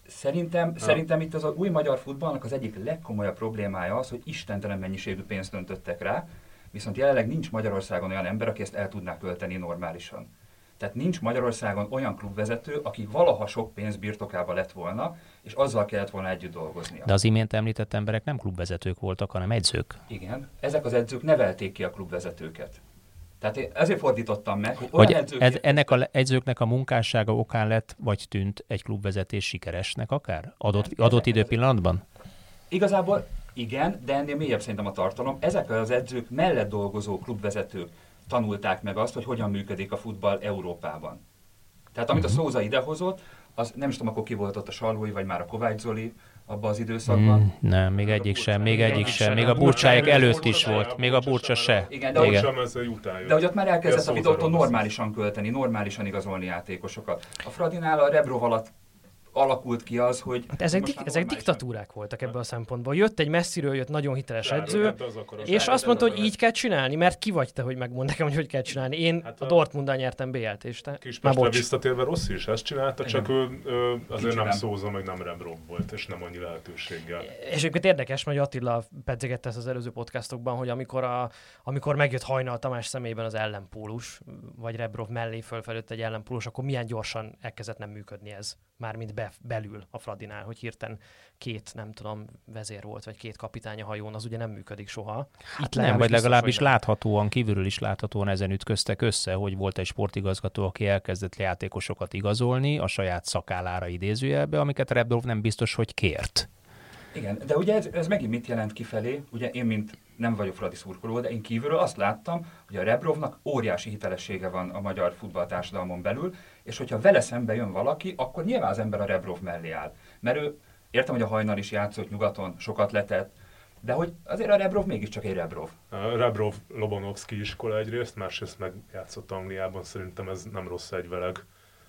Szerintem itt az új magyar futballnak az egyik legkomolyabb problémája az, hogy istentelen mennyiségű pénzt öntöttek rá, viszont jelenleg nincs Magyarországon olyan ember, aki ezt el tudná költeni normálisan. Tehát nincs Magyarországon olyan klubvezető, aki valaha sok pénz birtokában lett volna, és azzal kellett volna együtt dolgoznia. De az imént említett emberek nem klubvezetők voltak, hanem edzők. Igen, ezek az edzők nevelték ki a klubvezetőket. Tehát én ezért fordítottam meg, hogy olyan edzők... ennek az edzőknek a munkássága okán lett, vagy tűnt egy klubvezetés sikeresnek akár? Adott időpillanatban? Igazából igen, de ennél mélyebb szerintem a tartalom. Ezek az edzők mellett dolgozó klubvezetők tanulták meg azt, hogy hogyan működik a futball Európában. Tehát amit a Szóza idehozott, az nem is tudom, akkor ki volt ott a Salvói, vagy már a Kovács Zoli abban az időszakban. Nem, még egyik sem. Még a Burcsáig előtt is volt. Még a Burcsa se. Igen, de hogy ott már elkezdett a Videóton normálisan költeni, normálisan igazolni játékosokat. A Fradinál a Rebrov alatt alakult ki az, hogy... Hát ezek diktatúrák voltak ebből a szempontból. Jött egy messziről, jött nagyon hiteles edző, és azt mondta, hogy így kell csinálni, mert ki vagy te, hogy megmond nekem, hogy kell csinálni. Én a Dortmunddal nyertem BL-t, és te... Kispestre visszatérve Rossi is ezt csinálta, csak ő azért nem Szóza, meg nem Rebrov volt, és nem annyi lehetőséggel. És egyébként érdekes, hogy Attila pedzegette ezt az előző podcastokban, hogy amikor megjött Hajnal Tamás személyében az ellenpólus, vagy Rebrov mellé fölfelőtt egy ellenpólus, akkor milyen gyorsan elkezdett nem működni ez. Mármint belül a Fradinál, hogy hirtelen két, nem tudom, vezér volt, vagy két kapitány a hajón, az ugye nem működik soha. Hát nem, vagy legalábbis láthatóan, kívülről is láthatóan ezen ütköztek össze, hogy volt egy sportigazgató, aki elkezdett játékosokat igazolni a saját szakállára idézőjelbe, amiket Rebrov nem biztos, hogy kért. Igen, de ugye ez megint mit jelent kifelé? Ugye én, mint nem vagyok Fradi szurkoló, de én kívülről azt láttam, hogy a Rebrovnak óriási hitelessége van a magyar futballtársadalmon belül, és hogyha vele szembe jön valaki, akkor nyilván az ember a Rebrov mellé áll. Mert ő, értem, hogy a Hajnal is játszott nyugaton, sokat letett, de hogy azért a Rebrov mégiscsak egy Rebrov. A Rebrov Lobanovszki iskola egyrészt, másrészt meg játszott Angliában, szerintem ez nem rossz egyveleg.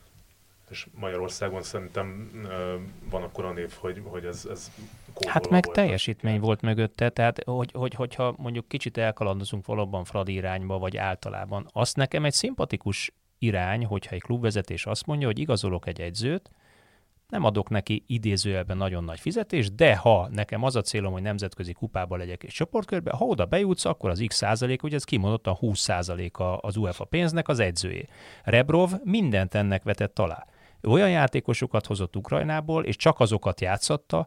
És Magyarországon szerintem van akkor a név, hogy ez hát meg teljesítmény volt mögötte, tehát hogyha mondjuk kicsit elkalandozunk valóban Fradi irányba, vagy általában, azt nekem egy szimpatikus irány, hogyha egy klubvezetés azt mondja, hogy igazolok egy edzőt, nem adok neki idézőjelben nagyon nagy fizetést, de ha nekem az a célom, hogy nemzetközi kupába legyek egy csoportkörbe, ha oda bejutsz, akkor az x%, ugye ez kimondottan 20% az UEFA pénznek az edzőjé. Rebrov mindent ennek vetett alá. Olyan játékosokat hozott Ukrajnából, és csak azokat játszatta,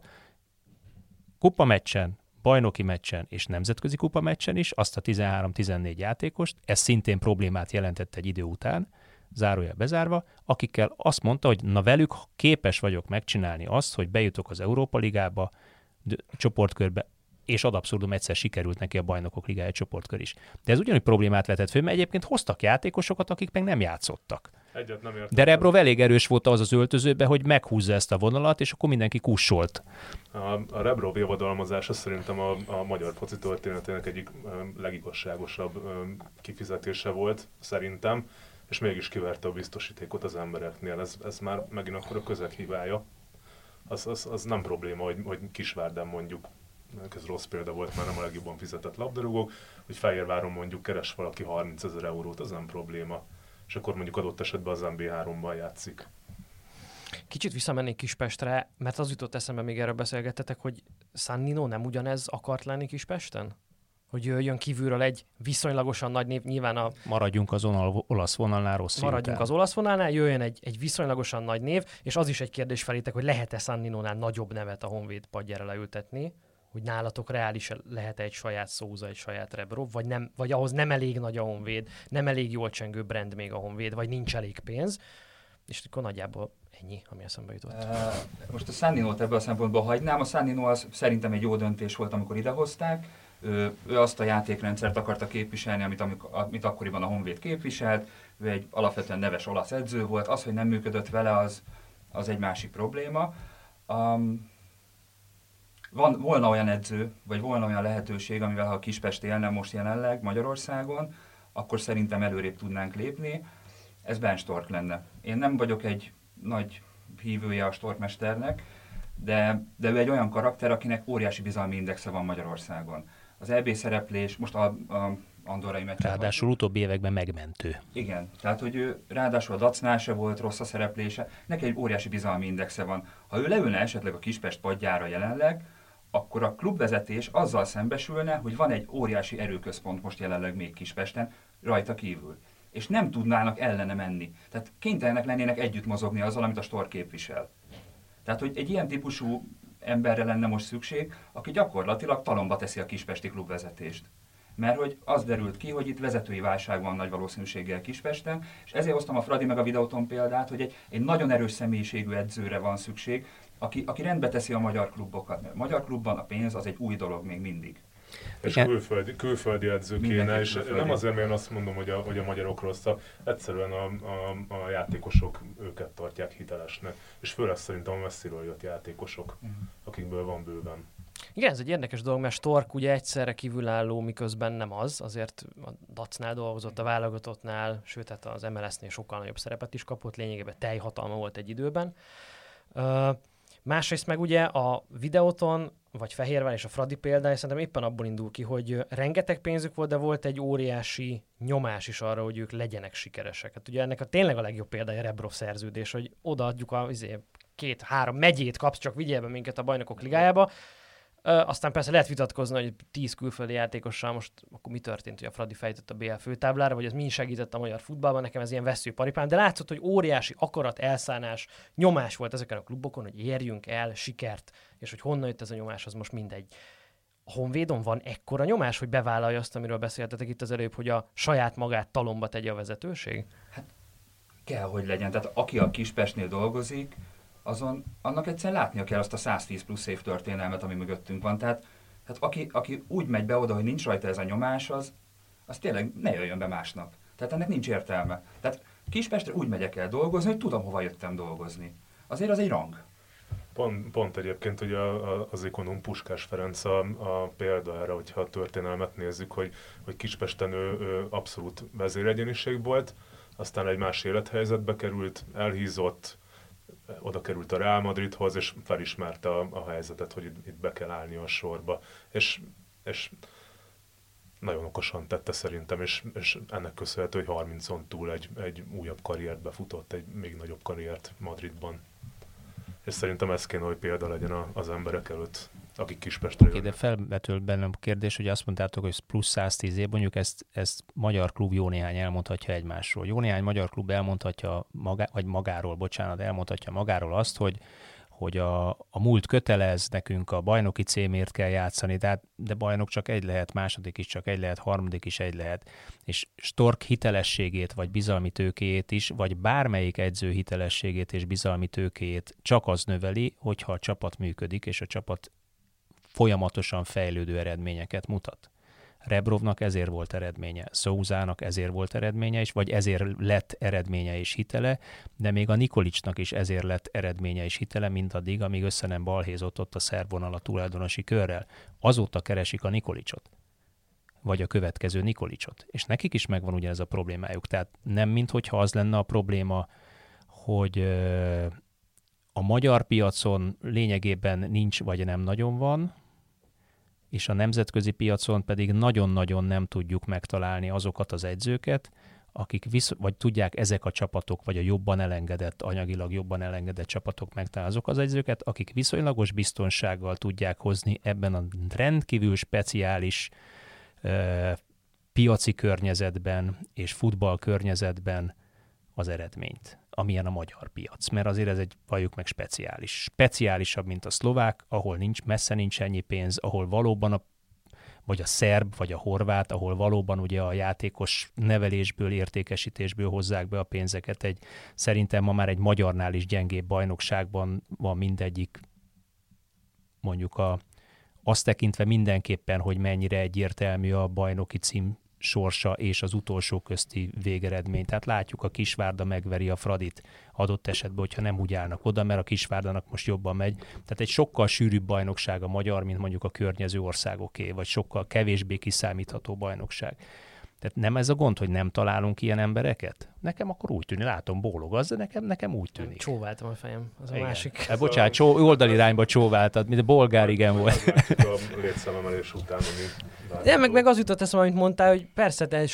kupameccsen, bajnoki meccsen és nemzetközi kupameccsen is, azt a 13-14 játékost, ez szintén problémát jelentett egy idő után, zárójel bezárva, akikkel azt mondta, hogy na velük képes vagyok megcsinálni azt, hogy bejutok az Európa Ligába, csoportkörbe, és ad abszurdum egyszer sikerült neki a Bajnokok Ligája csoportkör is. De ez ugyanúgy problémát vetett föl, mert egyébként hoztak játékosokat, akik meg nem játszottak. De Rebrov elég erős volt az öltözőbe, hogy meghúzza ezt a vonalat, és akkor mindenki kussolt. A Rebrov javadalmazása szerintem a magyar foci történetének egyik legigazságosabb kifizetése volt, szerintem, és mégis kiverte a biztosítékot az embereknél. Ez már megint akkor a közeg hibája. Az nem probléma, hogy Kisvárdán mondjuk, ez rossz példa volt, már nem a legjobban fizetett labdarúgók, hogy Fehérváron mondjuk keres valaki 30 000 eurót, az nem probléma. És akkor mondjuk adott esetben az MB3-ban játszik. Kicsit visszamennék Kispestre, mert az jutott eszembe, még erről beszélgettetek, hogy Sannino nem ugyanez akart lenni Kispesten? Hogy jöjjön kívülről egy viszonylagosan nagy név, nyilván maradjunk az olasz vonalnál, rossz maradjunk az olasz vonalnál, jöjjön egy viszonylagosan nagy név, és az is egy kérdés felétek, hogy lehet-e Sanninónál nagyobb nevet a Honvéd padjára leültetni, hogy nálatok reális lehet egy saját Szóza, egy saját Rebrov, vagy ahhoz nem elég nagy a Honvéd, nem elég jól csengő brand még a Honvéd, vagy nincs elég pénz, és akkor nagyjából ennyi, ami eszembe jutott. Most a Sanninót ebből a szempontból hagynám. A Sannino az szerintem egy jó döntés volt, amikor idehozták. Ő azt a játékrendszert akarta képviselni, amit akkoriban a Honvéd képviselt. Ő egy alapvetően neves olasz edző volt. Az, hogy nem működött vele, az egy másik probléma. Volna olyan edző, vagy volna olyan lehetőség, amivel ha a Kispest élne most jelenleg Magyarországon, akkor szerintem előrébb tudnánk lépni. Ez Ben Stork lenne. Én nem vagyok egy nagy hívője a Storkmesternek, de ő egy olyan karakter, akinek óriási bizalmi indexe van Magyarországon. Az EB szereplés, most andorrai meccset. Ráadásul utóbbi években megmentő. Igen, tehát hogy ő ráadásul a Dacnál se volt rossz a szereplése, neki egy óriási bizalmi indexe van. Ha ő leülne esetleg a Kispest padjára jelenleg, akkor a klubvezetés azzal szembesülne, hogy van egy óriási erőközpont most jelenleg még Kispesten, rajta kívül. És nem tudnának ellene menni. Tehát kénytelenek lennének együtt mozogni azzal, amit a Stork képvisel. Tehát, hogy egy ilyen típusú emberre lenne most szükség, aki gyakorlatilag talomba teszi a kispesti klubvezetést. Mert hogy az derült ki, hogy itt vezetői válság van nagy valószínűséggel Kispesten, és ezért hoztam a Fradi meg a Videóton példát, hogy egy nagyon erős személyiségű edzőre van szükség, aki rendbe teszi a magyar klubokat. Mert a magyar klubban a pénz az egy új dolog még mindig. És külföldi edző kéne, és nem azért, mert én azt mondom, hogy a magyarok rosszak, egyszerűen a játékosok őket tartják hitelesnek, és főleg szerintem a messziről jött játékosok, akikből van bőven. Igen, ez egy érdekes dolog, mert Stork ugye egyszerre kívülálló, miközben nem az, azért a Dacnál dolgozott, a válogatottnál, sőt, hát az MLS-nél sokkal nagyobb szerepet is kapott, lényegében teljhatalma volt egy időben. Másrészt meg ugye a Videóton, vagy Fehérvár és a Fradi példája szerintem éppen abból indul ki, hogy rengeteg pénzük volt, de volt egy óriási nyomás is arra, hogy ők legyenek sikeresek. Hát ugye ennek tényleg a legjobb példája a Rebrov szerződés, hogy odaadjuk a 2-3 megyét, kapsz, csak vigyél be minket a Bajnokok Ligájába. Aztán persze lehet vitatkozni, hogy 10 külföldi játékossal most akkor mi történt, hogy a Fradi fejtett a BL főtáblára, vagy ez mi segített a magyar futballban, nekem ez ilyen veszőparipám, de látszott, hogy óriási akarat, elszánás, nyomás volt ezeken a klubokon, hogy érjünk el sikert, és hogy honnan jött ez a nyomás, az most mindegy. A Honvédon van ekkora nyomás, hogy bevállalja azt, amiről beszéltetek itt az előbb, hogy a saját magát talomba tegye a vezetőség? Hát kell, hogy legyen. Tehát aki a Kispestnél dolgozik, annak egyszerűen látnia kell azt a 110 plusz év történelmet, ami mögöttünk van. Tehát aki úgy megy be oda, hogy nincs rajta ez a nyomás, az tényleg ne jöjjön be másnap. Tehát ennek nincs értelme. Tehát Kispestre úgy megyek el dolgozni, hogy tudom, hova jöttem dolgozni. Azért az egy rang. Pont egyébként ugye az ikonom Puskás Ferenc a példa erre, hogyha a történelmet nézzük, hogy Kispesten ő abszolút vezéregyéniség volt, aztán egy más élethelyzetbe került, elhízott, oda került a Real Madridhoz, és felismerte a helyzetet, hogy itt be kell állni a sorba. És nagyon okosan tette szerintem, és ennek köszönhető, hogy 30-on túl egy újabb karriert befutott, egy még nagyobb karriert Madridban. És szerintem ez kéne, hogy példa legyen az emberek előtt, akik Kispestre jönnek. De felvetül bennem a kérdés, hogy azt mondtátok, hogy plusz 110 év, mondjuk ezt magyar klub jó néhány elmondhatja egymásról. Jó néhány magyar klub elmondhatja elmondhatja magáról azt, hogy a múlt kötelez, nekünk a bajnoki címért kell játszani, de bajnok csak egy lehet, második is csak egy lehet, harmadik is egy lehet. És Stork hitelességét, vagy bizalmi tőkéjét is, vagy bármelyik edző hitelességét és bizalmi tőkéjét csak az növeli, hogyha a csapat működik, és a csapat folyamatosan fejlődő eredményeket mutat. Rebrovnak ezért volt eredménye, Souzának ezért volt eredménye is, vagy ezért lett eredménye és hitele, de még a Nikolicsnak is ezért lett eredménye és hitele, mindaddig, amíg össze nem balhézott ott a szerb vonal a tulajdonosi körrel. Azóta keresik a Nikolicsot, vagy a következő Nikolicsot. És nekik is megvan ugyanez a problémájuk. Tehát nem minthogyha az lenne a probléma, hogy a magyar piacon lényegében nincs, vagy nem nagyon van, és a nemzetközi piacon pedig nagyon-nagyon nem tudjuk megtalálni azokat az edzőket, akik vagy tudják ezek a csapatok, vagy a jobban elengedett, anyagilag jobban elengedett csapatok megtalálni azok az edzőket, akik viszonylagos biztonsággal tudják hozni ebben a rendkívül speciális piaci környezetben és futball környezetben az eredményt, amilyen a magyar piac. Mert azért ez egy, valljuk meg, speciális. Speciálisabb, mint a szlovák, ahol messze nincs ennyi pénz, ahol valóban vagy a szerb, vagy a horvát, ahol valóban ugye a játékos nevelésből, értékesítésből hozzák be a pénzeket. Szerintem ma már egy magyarnál is gyengébb bajnokságban van mindegyik, mondjuk azt tekintve mindenképpen, hogy mennyire egyértelmű a bajnoki cím sorsa és az utolsó közti végeredmény. Tehát látjuk, a Kisvárda megveri a Fradit adott esetben, hogyha nem úgy állnak oda, mert a Kisvárdának most jobban megy. Tehát egy sokkal sűrűbb bajnokság a magyar, mint mondjuk a környező országoké, vagy sokkal kevésbé kiszámítható bajnokság. Tehát nem ez a gond, hogy nem találunk ilyen embereket? nekem akkor úgy tűnik, látom, bólog az, de nekem úgy tűnik. Csóváltam a fejem, az a igen. másik. Bocsánat, oldalirányba csóváltad, mint a bolgár igen volt. A létszámemelés után, De meg az jutott eszembe, amit mondtál, hogy persze, de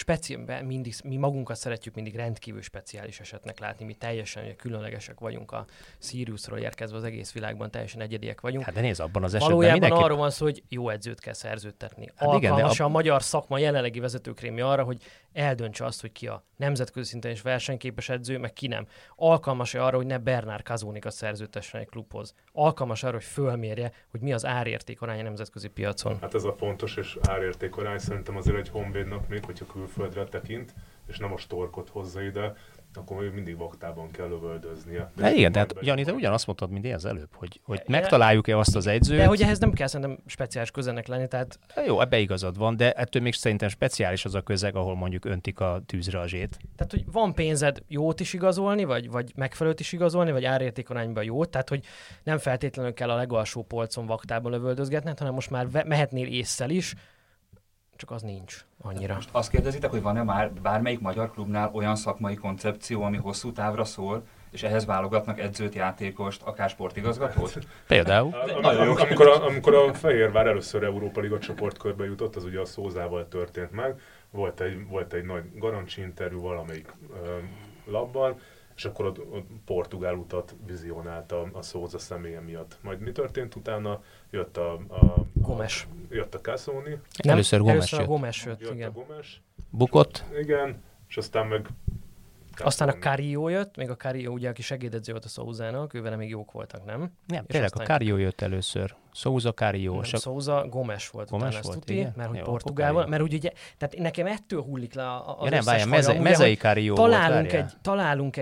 mi magunkat szeretjük mindig rendkívül speciális esetnek látni, mi teljesen ugye, különlegesek vagyunk a Siriusról érkezve az egész világban, teljesen egyediek vagyunk. Hát de nézd, abban az esetben valójában mindenki... arról van szó, hogy jó edzőt kell szerződtetni. Hát igen, Alkalmas a magyar szakma jelenlegi vezetőkrémje arra, hogy eldöntse azt, hogy ki a nemzetközi szinten is versenyképes edző, meg ki nem. Alkalmas-e arra, hogy ne Bernard Kazónikat szerződtessen egy klubhoz. Alkalmas arra, hogy fölmérje, hogy mi az árérték aránya nemzetközi piacon. Hát ez a fontos, és árérték arány szerintem azért egy Honvédnak még, hogyha külföldre tekint, és nem a Storkot hozza ide, akkor még mindig vaktában kell lövöldöznie. Hát igen, tehát Jani, te ugyanazt mondtad, mint én az előbb, hogy megtaláljuk-e azt az edzőt. De hogy ehhez nem kell szerintem speciális közelnek lenni, tehát... Jó, ebbe igazad van, de ettől még szerintem speciális az a közeg, ahol mondjuk öntik a tűzre a zsét. Tehát, hogy van pénzed jót is igazolni, vagy megfelelőt is igazolni, vagy árértékarányban jót, tehát, hogy nem feltétlenül kell a legalsó polcon vaktában lövöldözgetned, hanem most már mehetnél ésszel is, csak az nincs annyira. Most azt kérdezitek, hogy van-e már bármelyik magyar klubnál olyan szakmai koncepció, ami hosszú távra szól, és ehhez válogatnak edzőt, játékost, akár sportigazgatót? Például. Amikor a Fehérvár először Európa Liga csoportkörbe jutott, az ugye a Szózával történt meg, volt egy nagy garancsi interjú valamelyik labban, és akkor ott portugál utat vizionálta a Szóza személye miatt. Majd mi történt utána? Jött a Gomes. Jött a Cassoni. Először Gomes a jött. Gomes jött, Jött igen. a Gomes. Bukott. Igen, és aztán meg... Aztán a Carillo jött, még a Carillo ugye, aki segédedző volt a Souzának, ővele még jók voltak, nem? Nem, tényleg a Carillo jött először. Souza, Carillo. Souza, Gomes volt Gomes utána, volt, ezt tuti, igen? mert hogy Jó, portugál van, akkor mert ugye, tehát nekem ettől hullik le az nem, összes várjál, mezei Carillo volt, találunk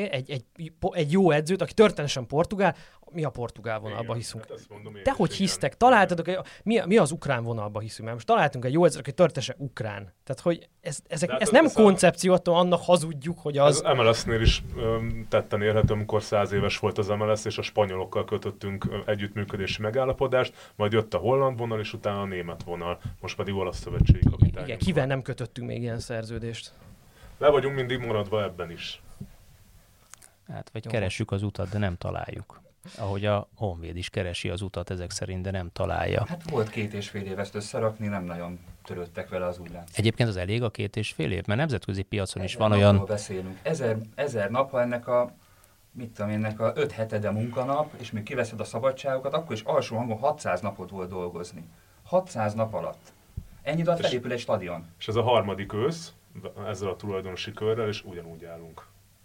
egy jó edzőt, aki történetesen portugál, mi a portugál vonalba hiszünk. Hát De hogy hisztek? Találtatok, mi az ukrán vonalba hiszünk? Mert most találtunk egy jó edzőt, aki történetesen ukrán. Tehát, hogy ez nem koncepció, attól annak hazudjuk, hogy az... Az MLS-nél is tetten érhető, amikor 100 éves volt az MLS, és a spanyolokkal kötöttünk együttműködési megállapodást, majd jött a holland vonal, és utána a német vonal, most pedig olasz szövetségi kapitány. Igen, kivel nem kötöttünk még ilyen szerződést? Le vagyunk mindig maradva ebben is. Hát, vagy keressük az utat, de nem találjuk. Ahogy a Honvéd is keresi az utat ezek szerint, de nem találja. Hát volt 2,5 év ezt összerakni, nem nagyon törődtek vele, az úgy látszik. Egyébként az elég a 2,5 év, mert nemzetközi piacon is 1000 van olyan... beszélünk. 1000 nap, ha ennek a 5 hetede munkanap, és még kiveszed a szabadságokat, akkor is alsó hangon 600 napot volt dolgozni. 600 nap alatt. Ennyit alatt felépül egy stadion. És ez a harmadik ősz, ezzel a tulajdonosi körrel, és ugyanúgy állunk.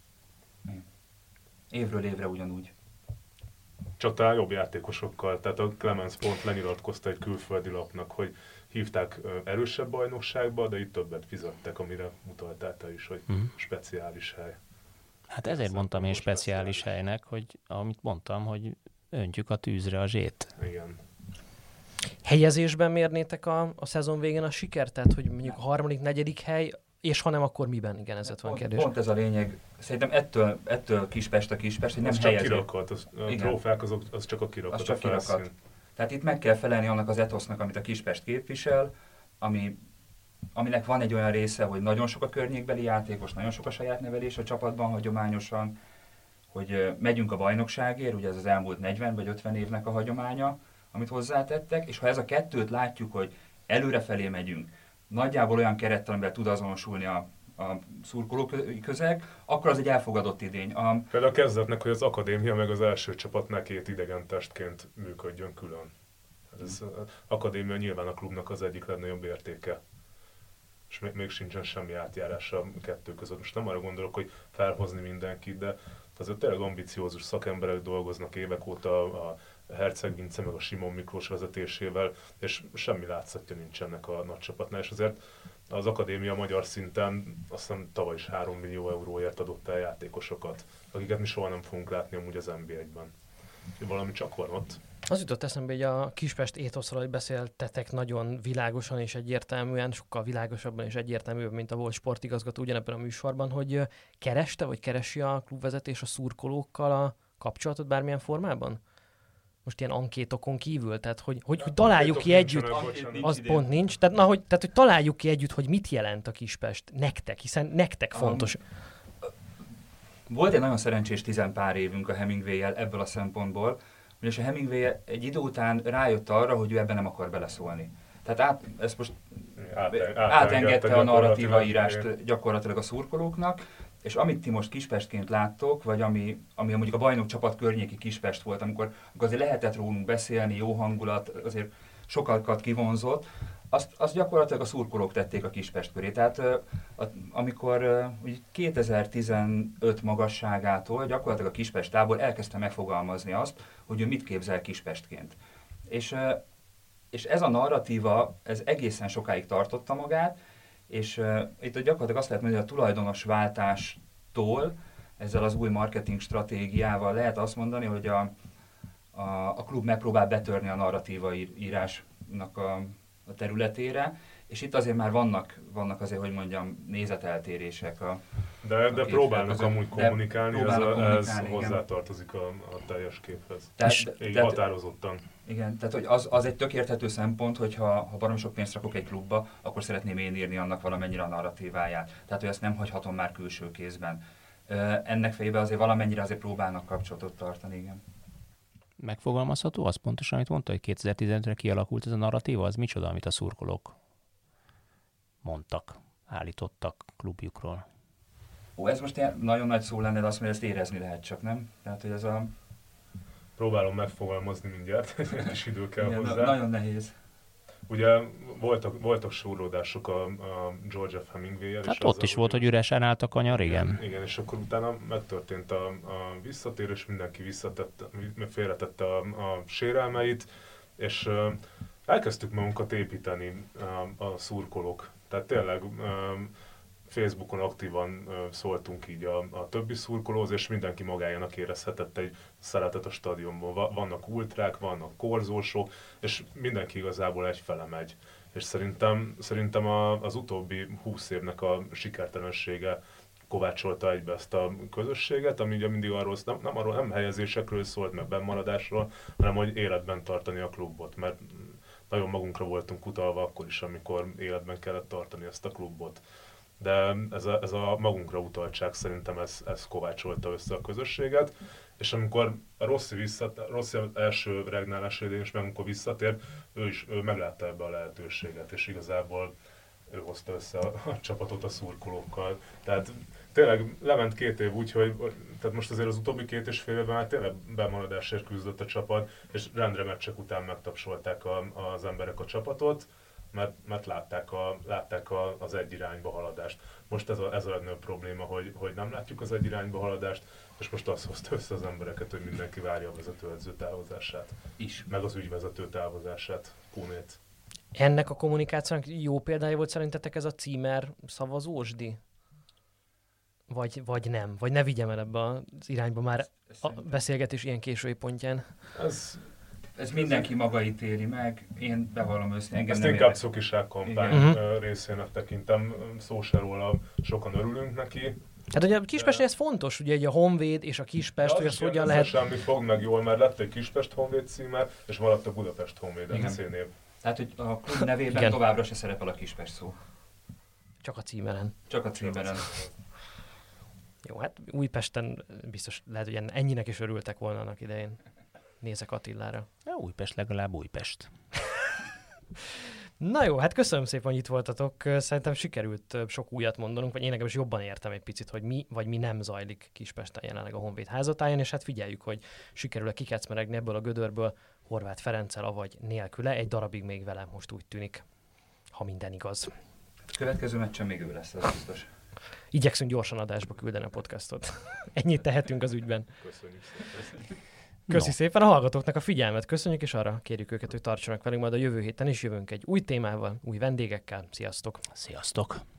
Évről évre ugyanúgy. Csak talán jobb játékosokkal. Tehát a Clemens pont lenyilatkozta egy külföldi lapnak, hogy hívták erősebb bajnokságba, de itt többet fizettek, amire utaltál te is, hogy speciális hely. Hát ezért mondtam én speciális helynek, hogy amit mondtam, hogy öntjük a tűzre a zsét. Igen. Helyezésben mérnétek a szezon végén a sikert? Tehát, hogy mondjuk a harmadik, negyedik hely, és ha nem, akkor miben? Igen, ez van kérdés. Pont ez a lényeg. Szerintem ettől Kispest, hogy nem az helyezés. csak kirakat, a trófák az csak a kirakat. Az csak kirakat. Tehát itt meg kell felelni annak az etosznak, amit a Kispest képvisel, aminek van egy olyan része, hogy nagyon sok a környékbeli játékos, nagyon sok a saját nevelés a csapatban hagyományosan, hogy megyünk a bajnokságért, ugye ez az elmúlt 40 vagy 50 évnek a hagyománya, amit hozzátettek, és ha ez a kettőt látjuk, hogy előrefelé megyünk, nagyjából olyan kerettel, amivel tud azonosulni a szurkoló közeg, akkor az egy elfogadott idény. Például a kezdetnek, hogy az akadémia meg az első csapat ne két idegen testként működjön külön. Az akadémia nyilván a klubnak az egyik legnagyobb értéke. És még sincsen semmi átjárása a kettő között. Most nem arra gondolok, hogy felhozni mindenkit, de azért tényleg ambiciózus szakemberek dolgoznak évek óta a Herceg Vince meg a Simon Miklós vezetésével, és semmi látszatja nincs ennek a nagy csapatnál, és azért az akadémia magyar szinten azt hiszem tavaly is 3 millió euróért adott el játékosokat, akiket mi soha nem fogunk látni amúgy az NB1-ben. Valami csak van ott. Az jutott eszembe, hogy a Kispest étoszról, hogy beszéltetek nagyon világosan és egyértelműen, sokkal világosabban és egyértelműbb, mint a volt sportigazgató ugyanebben a műsorban, hogy kereste vagy keresi a klubvezetés a szurkolókkal a kapcsolatot bármilyen formában? Most ilyen ankétokon kívül, tehát hogy találjuk ki együtt, az pont nincs, tehát hogy találjuk ki együtt, hogy mit jelent a Kispest nektek, hiszen nektek fontos. Volt egy nagyon szerencsés 10 pár évünk a Hemingway-jel ebből a szempontból, ugyanis a Hemingway egy idő után rájött arra, hogy ő ebben nem akar beleszólni. Tehát ezt most átengedte a narratíva írást gyakorlatilag a szurkolóknak, és amit ti most Kispestként láttok, vagy ami mondjuk a bajnok csapat környéki Kispest volt, amikor azért lehetett rólunk beszélni, jó hangulat, azért sokakat kivonzott, azt gyakorlatilag a szurkolók tették a Kispest köré. Tehát amikor 2015 magasságától gyakorlatilag a Kispest tábor elkezdte megfogalmazni azt, hogy ő mit képzel Kispestként. És ez a narratíva, ez egészen sokáig tartotta magát, és itt gyakorlatilag azt lehet mondani, hogy a tulajdonos váltástól, ezzel az új marketing stratégiával lehet azt mondani, hogy a klub megpróbál betörni a narratíva írásnak a területére, és itt azért már vannak azért, hogy mondjam, nézeteltérések. De próbálnak amúgy kommunikálni, ez hozzátartozik a teljes képhez. Határozottan. Igen, tehát hogy az egy tök érthető szempont, hogyha baromi sok pénzt rakok egy klubba, akkor szeretném én írni annak valamennyire a narratíváját. Tehát, hogy ezt nem hagyhatom már külső kézben. Ennek fejében azért valamennyire azért próbálnak kapcsolatot tartani, igen. Megfogalmazható az pontosan, amit mondta, hogy 2015-re kialakult ez a narratíva? Az micsoda, amit a szurkolók mondtak, állítottak klubjukról? Ez most nagyon nagy szó lenne, de azt mondja, ezt érezni lehet csak, nem? Tehát, hogy ez a... Próbálom megfogalmazni mindjárt, és idő kell hozzá. Nagyon nehéz. Ugye voltak súrlódások a George F. Hemingway-jel. Hát ott is volt, hogy üresen állt a kanyar, igen. Igen, és akkor utána megtörtént a visszatérés, mindenki félretette a sérelmeit, és elkezdtük magunkat építeni a szurkolók. Tehát tényleg Facebookon aktívan szóltunk így a többi szurkolóhoz, és mindenki magájának érezhetett egy szeretet a stadionban. Vannak ultrák, vannak korzósok, és mindenki igazából egyfele megy. És szerintem az utóbbi 20 évnek a sikertelensége kovácsolta egybe ezt a közösséget, ami ugye mindig arról nem helyezésekről szólt, meg bennmaradásról, hanem hogy életben tartani a klubot, mert nagyon magunkra voltunk utalva akkor is, amikor életben kellett tartani ezt a klubot. De ez a magunkra utaltság szerintem ez kovácsolta össze a közösséget, és amikor a Rossi első regnálás idején is meg amikor visszatér, ő meglátta ebbe a lehetőséget, és igazából ő hozta össze a csapatot a szurkolókkal. Tehát tényleg lement 2 év úgy, hogy tehát most azért az utóbbi 2,5 évben már tényleg bemaradásért küzdött a csapat, és rendre meccsek után megtapsolták az emberek a csapatot, mert látták az egy irányba haladást. Most ez a legnagyobb probléma, hogy nem látjuk az egy irányba haladást, és most azt hozta össze az embereket, hogy mindenki várja a vezetőedző távozását. Meg az ügyvezető távozását, Kunét. Ennek a kommunikációnak jó példája volt szerintetek ez a címer szavazósdi? Vagy nem? Vagy ne vigyem el ebbe az irányba már a beszélgetés ilyen késői pontján? Ez mindenki maga ítéli meg, én bevallom őszintén. Ezt inkább cukiság kampány részének tekintem, szó se róla, sokan örülünk neki. Hát ugye a Kispestnél ez fontos, ugye a Honvéd és a Kispest, hogy azt hogyan lehet... Semmi fog meg jól, mert lett egy Kispest Honvéd címmel, és maradt a Budapest Honvéd MC-név. Tehát, hogy a klub nevében továbbra se szerepel a Kispest szó. Csak a címeren. Csak a címeren. Jó, hát Újpesten biztos lehet, hogy ennyinek is örültek volna annak idején. Nézek Attilára. Ja, Újpest legalább Újpest. Na jó, hát köszönöm szépen, hogy itt voltatok. Szerintem sikerült sok újat mondanunk, vagy én nekem is jobban értem egy picit, hogy mi vagy mi nem zajlik Kispesten jelenleg a Honvéd házatáján, és hát figyeljük, hogy sikerül-e kikecmeregni ebből a gödörből Horváth Ferenccel, avagy nélküle. Egy darabig még vele most úgy tűnik, ha minden igaz. Következő meccsen még ő lesz, az biztos. Igyekszünk gyorsan adásba küldeni a podcastot. Ennyit tehetünk az ügyben. Köszönjük szépen. Köszi szépen a hallgatóknak a figyelmet, köszönjük, és arra kérjük őket, hogy tartsanak velünk majd a jövő héten is, jövünk egy új témával, új vendégekkel. Sziasztok! Sziasztok!